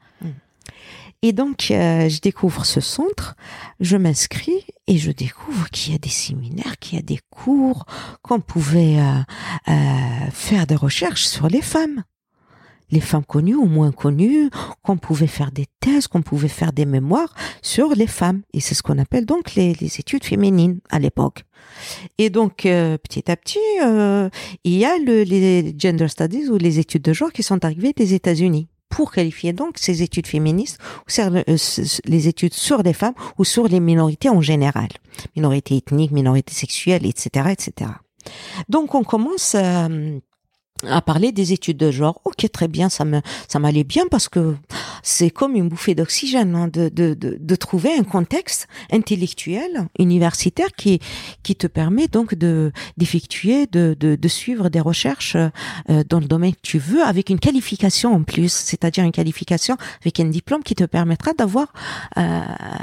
Et donc, euh, je découvre ce centre, je m'inscris et je découvre qu'il y a des séminaires, qu'il y a des cours, qu'on pouvait euh, euh, faire des recherches sur les femmes. Les femmes connues ou moins connues, qu'on pouvait faire des thèses, qu'on pouvait faire des mémoires sur les femmes. Et c'est ce qu'on appelle donc les, les études féminines à l'époque. Et donc, euh, petit à petit, euh, il y a le, les gender studies ou les études de genre qui sont arrivées des États-Unis pour qualifier donc ces études féministes ou sur le, euh, les études sur les femmes ou sur les minorités en général. Minorités ethniques, minorités sexuelles, et cetera, et cetera. Donc, on commence euh, à parler des études de genre. Ok, très bien, ça me, ça m'allait bien parce que c'est comme une bouffée d'oxygène, hein, de, de, de, de trouver un contexte intellectuel, universitaire qui, qui te permet donc de, d'effectuer, de, de, de suivre des recherches euh, dans le domaine que tu veux avec une qualification en plus, c'est-à-dire une qualification avec un diplôme qui te permettra d'avoir euh,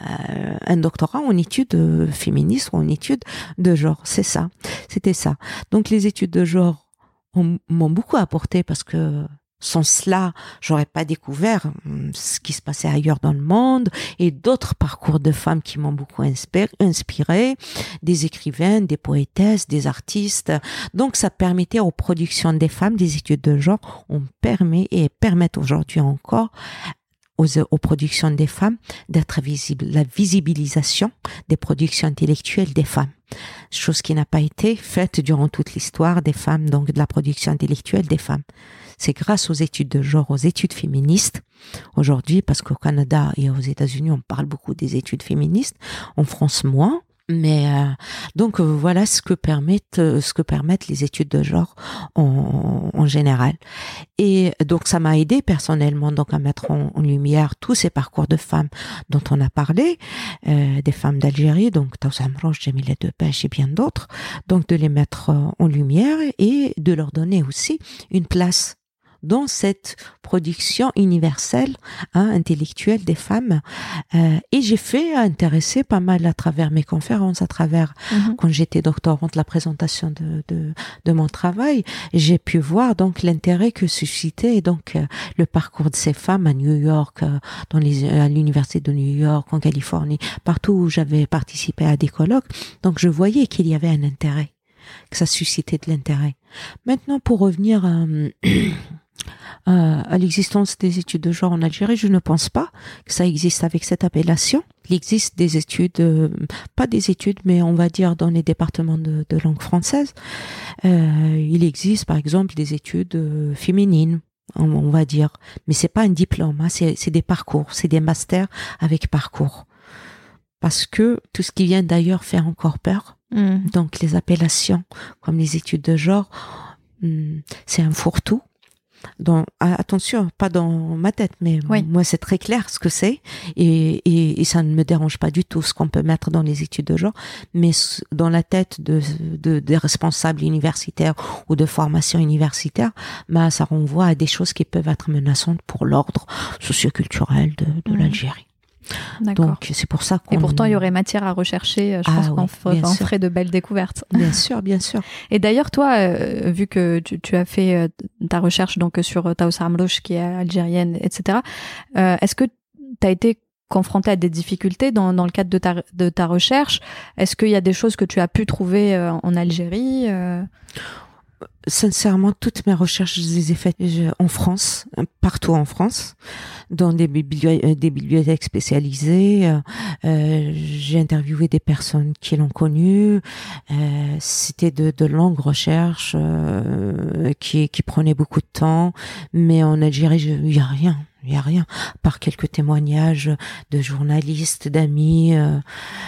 un doctorat en études féministes ou en études de genre. C'est ça. C'était ça. Donc, les études de genre m'ont beaucoup apporté parce que sans cela, j'aurais pas découvert ce qui se passait ailleurs dans le monde et d'autres parcours de femmes qui m'ont beaucoup inspiré, des écrivaines, des poétesses, des artistes. Donc, ça permettait aux productions des femmes, des études de genre, on permet et permettent aujourd'hui encore Aux, aux productions des femmes d'être visibles, la visibilisation des productions intellectuelles des femmes, chose qui n'a pas été faite durant toute l'histoire des femmes, donc de la production intellectuelle des femmes. C'est grâce aux études de genre, aux études féministes, aujourd'hui, parce qu'au Canada et aux États-Unis, on parle beaucoup des études féministes, en France moins. Mais euh, donc euh, voilà ce que permettent euh, ce que permettent les études de genre en, en général. Et donc ça m'a aidé personnellement donc à mettre en, en lumière tous ces parcours de femmes dont on a parlé, euh, des femmes d'Algérie, donc Taous Amrouche, Djamila Debech et bien d'autres, donc de les mettre en lumière et de leur donner aussi une place dans cette production universelle, hein, intellectuelle des femmes. Euh, et j'ai fait intéresser pas mal à travers mes conférences, à travers, mm-hmm. quand j'étais doctorante, la présentation de, de, de mon travail, j'ai pu voir donc l'intérêt que suscitait donc euh, le parcours de ces femmes à New York, euh, dans les, à l'université de New York, en Californie, partout où j'avais participé à des colloques. Donc je voyais qu'il y avait un intérêt, que ça suscitait de l'intérêt. Maintenant, pour revenir à... Euh, à l'existence des études de genre en Algérie, je ne pense pas que ça existe avec cette appellation. Il existe des études, euh, pas des études, mais on va dire dans les départements de, de langue française, euh, il existe par exemple des études euh, féminines, on, on va dire, mais c'est pas un diplôme, hein, c'est, c'est des parcours, c'est des masters avec parcours. Parce que tout ce qui vient d'ailleurs fait encore peur. Mmh. Donc les appellations comme les études de genre, hum, c'est un fourre-tout. Dans, attention, pas dans ma tête, mais oui. Moi c'est très clair ce que c'est et, et, et ça ne me dérange pas du tout ce qu'on peut mettre dans les études de genre, mais dans la tête de, de des responsables universitaires ou de formation universitaire, bah ça renvoie à des choses qui peuvent être menaçantes pour l'ordre socioculturel de, de mmh. l'Algérie. D'accord. Donc c'est pour ça qu'on... Et pourtant il y aurait matière à rechercher, je ah, pense oui, qu'on ferait, on ferait de belles découvertes. Bien sûr, bien sûr. Et d'ailleurs toi, euh, vu que tu, tu as fait euh, ta recherche donc sur Taous Amrouche qui est algérienne, et cetera, euh, est-ce que tu as été confrontée à des difficultés dans, dans le cadre de ta, de ta recherche? Est-ce qu'il y a des choses que tu as pu trouver euh, en Algérie euh... Sincèrement, toutes mes recherches, je les ai faites en France, partout en France, dans des, bibliothèques, des bibliothèques spécialisées. Euh, j'ai interviewé des personnes qui l'ont connu. Euh, c'était de, de longues recherches euh, qui, qui prenaient beaucoup de temps. Mais en Algérie, il y a rien. Il y a rien, par quelques témoignages de journalistes, d'amis, euh,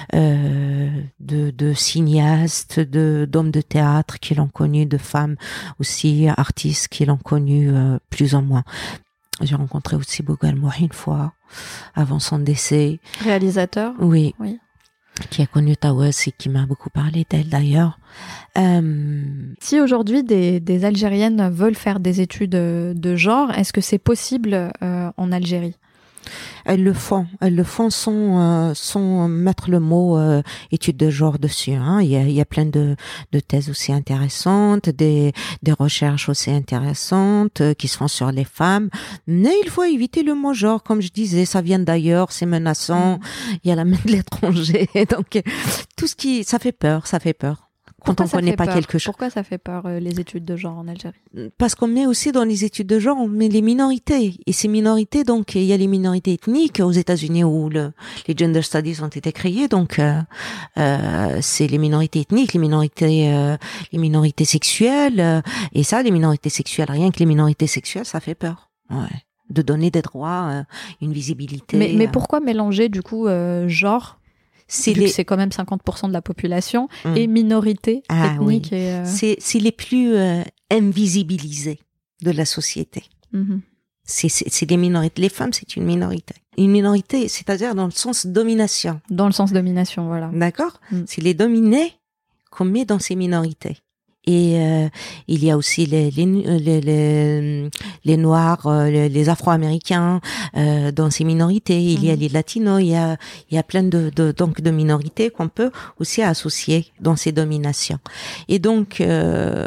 euh, de, de cinéastes, de d'hommes de théâtre qui l'ont connu, de femmes aussi, artistes qui l'ont connu euh, plus ou moins. J'ai rencontré aussi Bougal Mouri une fois, avant son décès. Réalisateur ? Oui. Oui. Qui a connu Tawes et qui m'a beaucoup parlé d'elle d'ailleurs. Euh... Si aujourd'hui des, des Algériennes veulent faire des études de genre, est-ce que c'est possible euh, en Algérie ? Elles le font, elles le font sans, euh, sans mettre le mot euh, études de genre dessus. Hein. Il y a, il y a plein de, de thèses aussi intéressantes, des, des recherches aussi intéressantes euh, qui se font sur les femmes. Mais il faut éviter le mot genre, comme je disais, ça vient d'ailleurs, c'est menaçant. Mmh. Il y a la main de l'étranger, donc tout ce qui, ça fait peur, ça fait peur. Quand Pourquoi on connaît pas peur quelque chose. Pourquoi ça fait peur, euh, les études de genre en Algérie ? Parce qu'on met aussi dans les études de genre, on met les minorités. Et ces minorités, donc, il y a les minorités ethniques aux États-Unis où le, les gender studies ont été créés. Donc, euh, euh, c'est les minorités ethniques, les minorités, euh, les minorités sexuelles. Euh, et ça, les minorités sexuelles, rien que les minorités sexuelles, ça fait peur. Ouais. De donner des droits, euh, une visibilité. Mais, mais pourquoi mélanger, du coup, euh, genre ? C'est, Vu les... que c'est quand même cinquante pour cent de la population, mmh. et minorité ah, ethnique. Oui. Et euh... c'est, c'est les plus euh, invisibilisés de la société. Mmh. C'est, c'est, c'est des minorités. Les femmes, c'est une minorité. Une minorité, c'est-à-dire dans le sens domination. Dans le sens domination, voilà. D'accord ? mmh. C'est les dominés qu'on met dans ces minorités. Et euh, il y a aussi les les les les, les noirs, euh, les, les afro-américains euh, dans ces minorités. Il mmh. y a les latinos. Il y a il y a plein de, de donc de minorités qu'on peut aussi associer dans ces dominations. Et donc euh,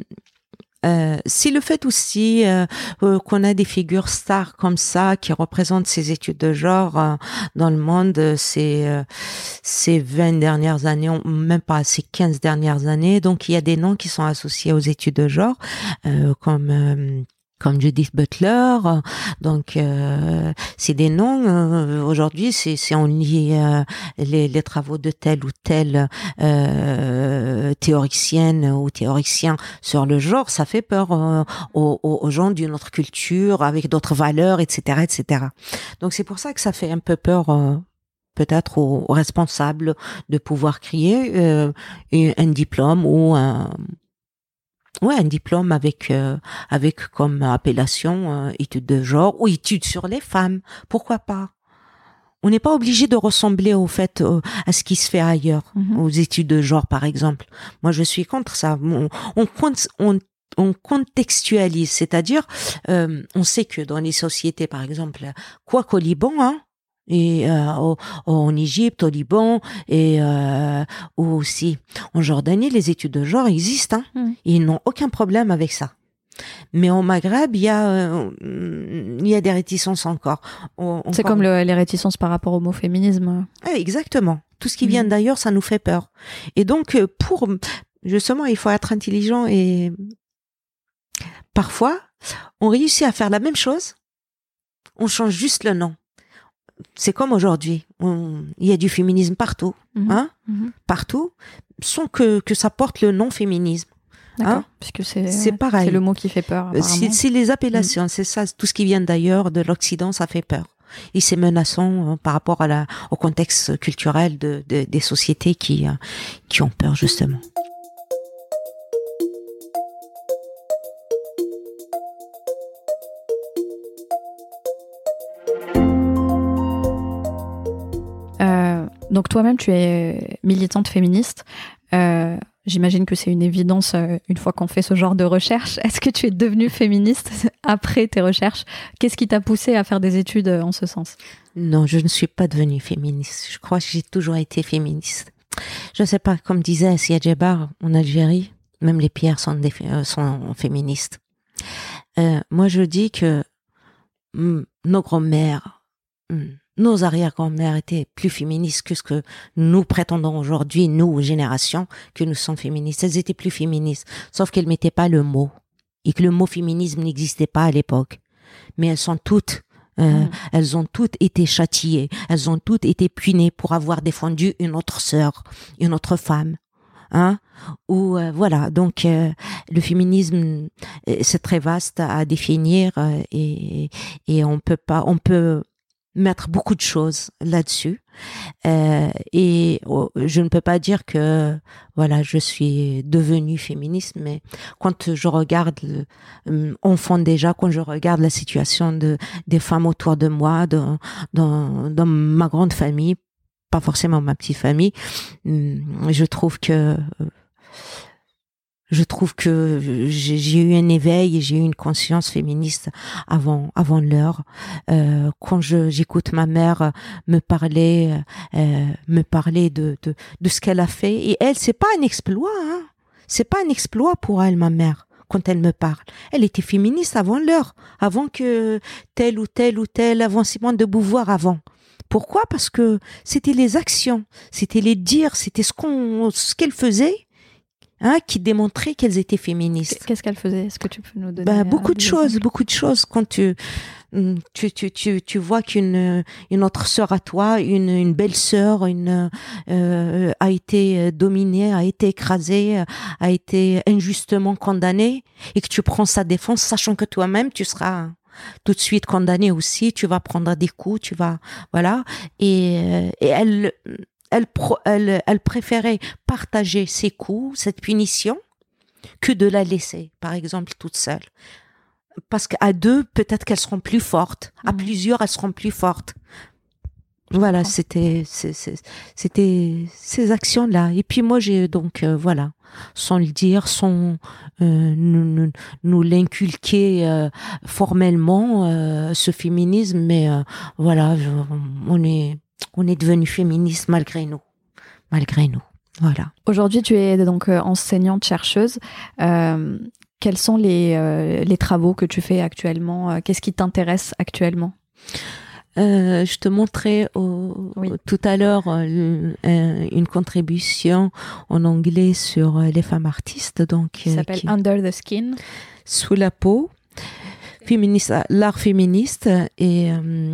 Euh, c'est le fait aussi euh, euh, qu'on a des figures stars comme ça qui représentent ces études de genre euh, dans le monde ces euh, ces vingt dernières années, même pas ces quinze dernières années. Donc il y a des noms qui sont associés aux études de genre euh, comme euh, comme Judith Butler, donc euh, c'est des noms. Euh, aujourd'hui, c'est, c'est on lit euh, les, les travaux de telle ou telle euh, théoricienne ou théoricien sur le genre, ça fait peur euh, aux, aux gens d'une autre culture avec d'autres valeurs, et cetera, et cetera. Donc c'est pour ça que ça fait un peu peur. Euh, peut-être aux, aux responsables de pouvoir créer euh, un diplôme ou un Ouais, un diplôme avec euh, avec comme appellation euh, études de genre ou études sur les femmes. Pourquoi pas ? On n'est pas obligé de ressembler au fait euh, à ce qui se fait ailleurs, mm-hmm. aux études de genre par exemple. Moi, je suis contre ça. On on, on, on contextualise, c'est-à-dire euh, on sait que dans les sociétés par exemple, quoi qu'au Liban, hein, et euh, au, en Égypte, au Liban et euh, aussi en Jordanie, les études de genre existent. Hein, mmh. Et ils n'ont aucun problème avec ça. Mais au Maghreb, il y a euh, il y a des réticences encore. On, on C'est parle... comme le, les réticences par rapport au mot féminisme. Ouais, exactement. Tout ce qui mmh. vient d'ailleurs, ça nous fait peur. Et donc, pour justement, il faut être intelligent et parfois, on réussit à faire la même chose, on change juste le nom. C'est comme aujourd'hui, on, il y a du féminisme partout, mmh, hein, mmh. partout, sans que que ça porte le nom féminisme. D'accord, hein, puisque c'est c'est ouais, pareil. C'est le mot qui fait peur. C'est, c'est les appellations, mmh. c'est ça. Tout ce qui vient d'ailleurs, de l'Occident, ça fait peur. Et c'est menaçant hein, par rapport à la au contexte culturel de, de des sociétés qui euh, qui ont peur justement. Donc toi-même, tu es militante féministe. Euh, j'imagine que c'est une évidence euh, une fois qu'on fait ce genre de recherche. Est-ce que tu es devenue féministe après tes recherches ? Qu'est-ce qui t'a poussée à faire des études en ce sens ? Non, je ne suis pas devenue féministe. Je crois que j'ai toujours été féministe. Je ne sais pas, comme disait Assia Djebar en Algérie, même les pierres sont, des, euh, sont féministes. Euh, moi, je dis que mm, nos grand-mères... Mm, nos arrière-grand-mères étaient plus féministes que ce que nous prétendons aujourd'hui, nous, générations, que nous sommes féministes. Elles étaient plus féministes, sauf qu'elles mettaient pas le mot. Et que le mot féminisme n'existait pas à l'époque. Mais elles sont toutes, euh, mmh. elles ont toutes été châtiées. Elles ont toutes été punies pour avoir défendu une autre sœur, une autre femme. Hein? Ou euh, voilà, donc euh, le féminisme, c'est très vaste à définir euh, et, et on peut pas, on peut mettre beaucoup de choses là-dessus. Euh, et oh, je ne peux pas dire que voilà, je suis devenue féministe, mais quand je regarde euh, enfant déjà, quand je regarde la situation de des femmes autour de moi, de, dans dans ma grande famille, pas forcément ma petite famille, je trouve que je trouve que j'ai, j'ai eu un éveil et j'ai eu une conscience féministe avant avant l'heure. Euh, quand je j'écoute ma mère me parler euh, me parler de de de ce qu'elle a fait, et elle, c'est pas un exploit, hein. C'est pas un exploit pour elle, ma mère. Quand elle me parle, elle était féministe avant l'heure, avant que tel ou tel ou tel, avant Simone de Beauvoir, avant. Pourquoi? Parce que c'était les actions, c'était les dires, c'était ce qu'on, ce qu'elle faisait, hein, qui démontrait qu'elles étaient féministes. Qu'est-ce qu'elle faisait? Est-ce que tu peux nous donner bah, beaucoup de choses, exemples? beaucoup de choses. Quand tu, tu, tu, tu, tu vois qu'une, une autre sœur à toi, une, une belle sœur, une, euh, a été dominée, a été écrasée, a été injustement condamnée, et que tu prends sa défense, sachant que toi-même tu seras tout de suite condamné aussi, tu vas prendre des coups, tu vas, voilà. Et, et elle, elle, elle, elle préférait partager ses coups, cette punition, que de la laisser, par exemple, toute seule. Parce qu'à deux, peut-être qu'elles seront plus fortes. À mmh. plusieurs, elles seront plus fortes. Voilà, c'était, c'est, c'est, c'était ces actions-là. Et puis moi, j'ai donc, euh, voilà, sans le dire, sans euh, nous, nous, nous l'inculquer euh, formellement, euh, ce féminisme, mais euh, voilà, je, on est, on est devenu féministe malgré nous, malgré nous. Voilà. Aujourd'hui, tu es donc enseignante chercheuse. Euh, quels sont les euh, les travaux que tu fais actuellement? Qu'est-ce qui t'intéresse actuellement? Euh, je te montrais au, oui. tout à l'heure euh, une contribution en anglais sur les femmes artistes, donc qui s'appelle qui, Under the Skin, sous la peau, féministe, l'art féministe et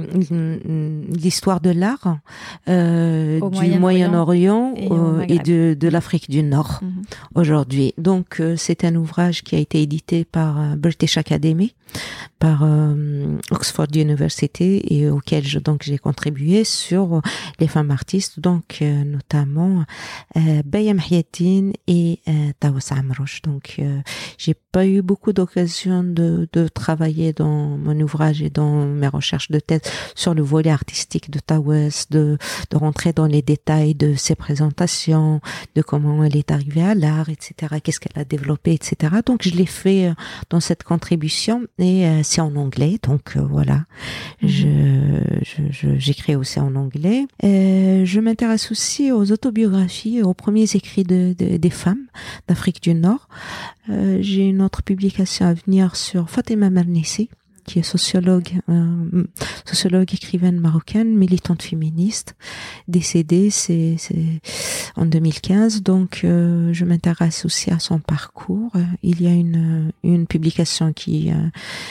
euh, l'histoire de l'art euh, du Moyen-Orient et, euh, et de, de l'Afrique du Nord mm-hmm. aujourd'hui. Donc euh, c'est un ouvrage qui a été édité par euh, British Academy, par euh, Oxford University, et auquel je, donc j'ai contribué sur les femmes artistes, donc euh, notamment euh, Baya Mhiaddine et euh, Tawas Amrouche. Donc euh, j'ai pas eu beaucoup d'occasion de, de travailler dans mon ouvrage et dans mes recherches de thèse sur le volet artistique de Tawas, de, de rentrer dans les détails de ses présentations, de comment elle est arrivée à l'art, et cetera, qu'est-ce qu'elle a développé, et cetera. Donc je l'ai fait dans cette contribution, et euh, c'est en anglais, donc euh, voilà. Mm-hmm. Je, je, je j'écris aussi en anglais. Euh, je m'intéresse aussi aux autobiographies, aux premiers écrits de, de des femmes d'Afrique du Nord. Euh, j'ai une autre publication à venir sur Fatima Mernissi, qui est sociologue, euh, sociologue écrivaine marocaine, militante féministe, décédée c'est, c'est en deux mille quinze. Donc euh, je m'intéresse aussi à son parcours. Il y a une une publication qui euh,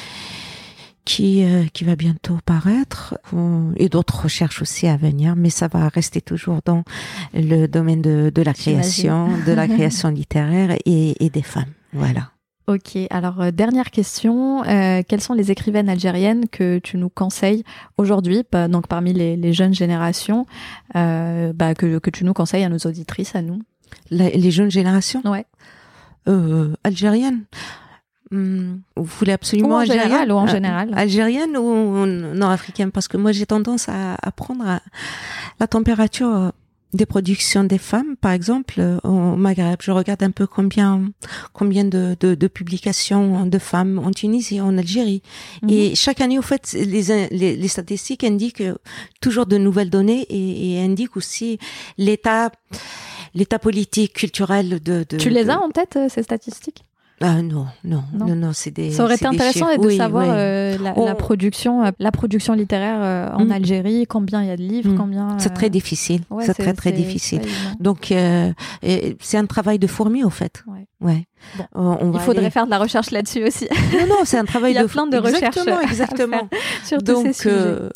qui euh, qui va bientôt paraître, et d'autres recherches aussi à venir, mais ça va rester toujours dans le domaine de de la création, de la création littéraire et et des femmes. Voilà. Ok, alors euh, dernière question, euh, quelles sont les écrivaines algériennes que tu nous conseilles aujourd'hui, bah, donc parmi les, les jeunes générations, euh, bah, que, que tu nous conseilles à nos auditrices, à nous? La, les jeunes générations? Ouais. Euh, algériennes? Hum, vous voulez absolument ou en algérienne général, ou en général. Euh, algérienne ou nord-africaine? Parce que moi j'ai tendance à, à prendre à, la température des productions des femmes, par exemple, au Maghreb. Je regarde un peu combien, combien de, de, de publications de femmes en Tunisie, en Algérie. Mm-hmm. Et chaque année, au fait, les, les, les statistiques indiquent toujours de nouvelles données et, et indiquent aussi l'état, l'état politique, culturel de, de... Tu les de... as en tête, ces statistiques? Ah non, non, non, non, non, c'est des. Ça aurait été intéressant de oui, savoir oui. Euh, la, On... la production, euh, la production littéraire euh, en mmh. Algérie, combien il y a de livres, mmh. combien. Euh... C'est très difficile. Ouais, c'est, c'est très très c'est, difficile. C'est Donc euh, c'est un travail de fourmi au fait. Ouais. Ouais. Bon. On, on il va faudrait aller... faire de la recherche là-dessus aussi. Non non, c'est un travail de. Il y a de... plein de recherches. Exactement, exactement. Sur tous Donc ces sujets. Euh,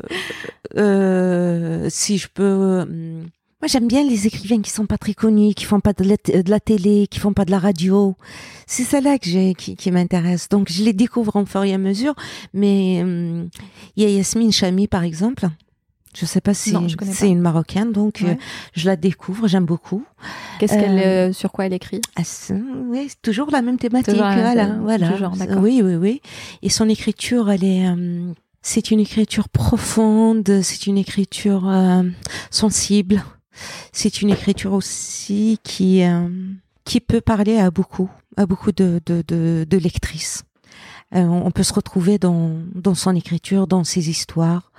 euh, si je peux. Euh, Moi, j'aime bien les écrivains qui sont pas très connus, qui font pas de la, t- de la télé, qui font pas de la radio. C'est ça là que j'ai, qui, qui m'intéresse. Donc, je les découvre en fur et à mesure. Mais il hum, y a Yasmine Chami, par exemple. Je sais pas si non, je connais c'est pas. une Marocaine, donc ouais. euh, je la découvre. J'aime beaucoup. Qu'est-ce euh, qu'elle, euh, sur quoi elle écrit? ah, c'est, oui, c'est toujours la même thématique. Toujours la voilà, même, voilà. toujours, d'accord. Oui, oui, oui. Et son écriture, elle est. Hum, c'est une écriture profonde. C'est une écriture euh, sensible. C'est une écriture aussi qui euh, qui peut parler à beaucoup, à beaucoup de de de, de lectrices. Euh, on peut se retrouver dans dans son écriture, dans ses histoires.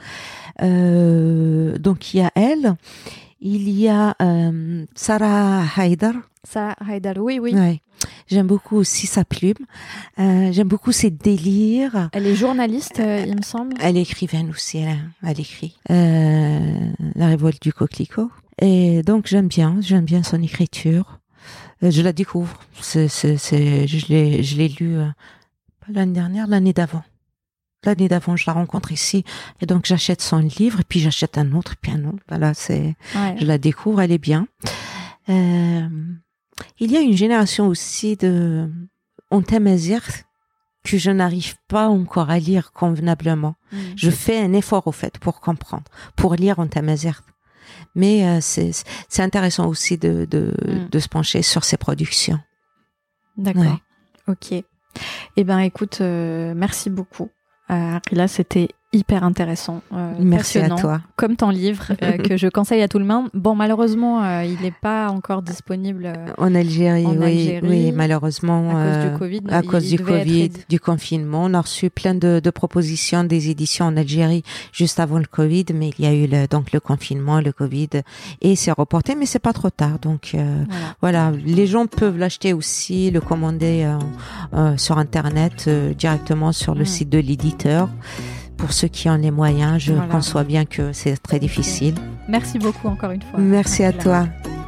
Euh, donc il y a elle, il y a euh, Sarah Haïdar. Sarah Haïdar, oui, oui. Ouais. J'aime beaucoup aussi sa plume. Euh, j'aime beaucoup ses délires. Elle est journaliste, euh, il me semble. Elle est écrivaine aussi. Elle, elle écrit euh, La révolte du coquelicot. Et donc j'aime bien, j'aime bien son écriture. Euh, je la découvre. C'est, c'est, c'est, je l'ai, je l'ai lu euh, pas l'année dernière, l'année d'avant. L'année d'avant, je la rencontre ici, et donc j'achète son livre, et puis j'achète un autre, et puis un autre. Voilà, c'est, ouais. Je la découvre, elle est bien. Euh, il y a une génération aussi de Antamazir que je n'arrive pas encore à lire convenablement. Mmh. Je fais un effort au fait pour comprendre, pour lire Antamazir. Mais euh, c'est, c'est intéressant aussi de, de, mmh. de se pencher sur ses productions. D'accord. Ouais. Ok. Eh ben, écoute, euh, merci beaucoup. Euh, Aqila, c'était hyper intéressant. Euh, merci passionnant, à toi. Comme ton livre, euh, que je conseille à tout le monde. Bon, malheureusement, euh, il n'est pas encore disponible euh, en Algérie. En oui, Algérie, oui, malheureusement. À cause euh, du Covid. À cause du Covid, être... du confinement. On a reçu plein de, de propositions des éditions en Algérie juste avant le Covid, mais il y a eu le, donc le confinement, le Covid, et c'est reporté, mais c'est pas trop tard. Donc euh, voilà. voilà, les gens peuvent l'acheter aussi, le commander euh, euh, sur Internet, euh, directement sur le mmh. site de l'éditeur. Pour ceux qui ont les moyens, je voilà. conçois bien que c'est très difficile. Merci beaucoup encore une fois. Merci à toi.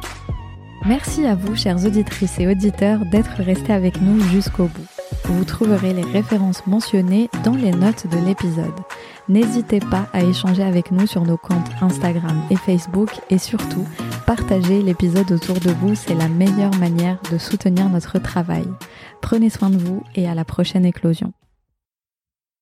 Merci à vous, chères auditrices et auditeurs, d'être restés avec nous jusqu'au bout. Vous trouverez les références mentionnées dans les notes de l'épisode. N'hésitez pas à échanger avec nous sur nos comptes Instagram et Facebook et surtout, partagez l'épisode autour de vous, c'est la meilleure manière de soutenir notre travail. Prenez soin de vous et à la prochaine éclosion.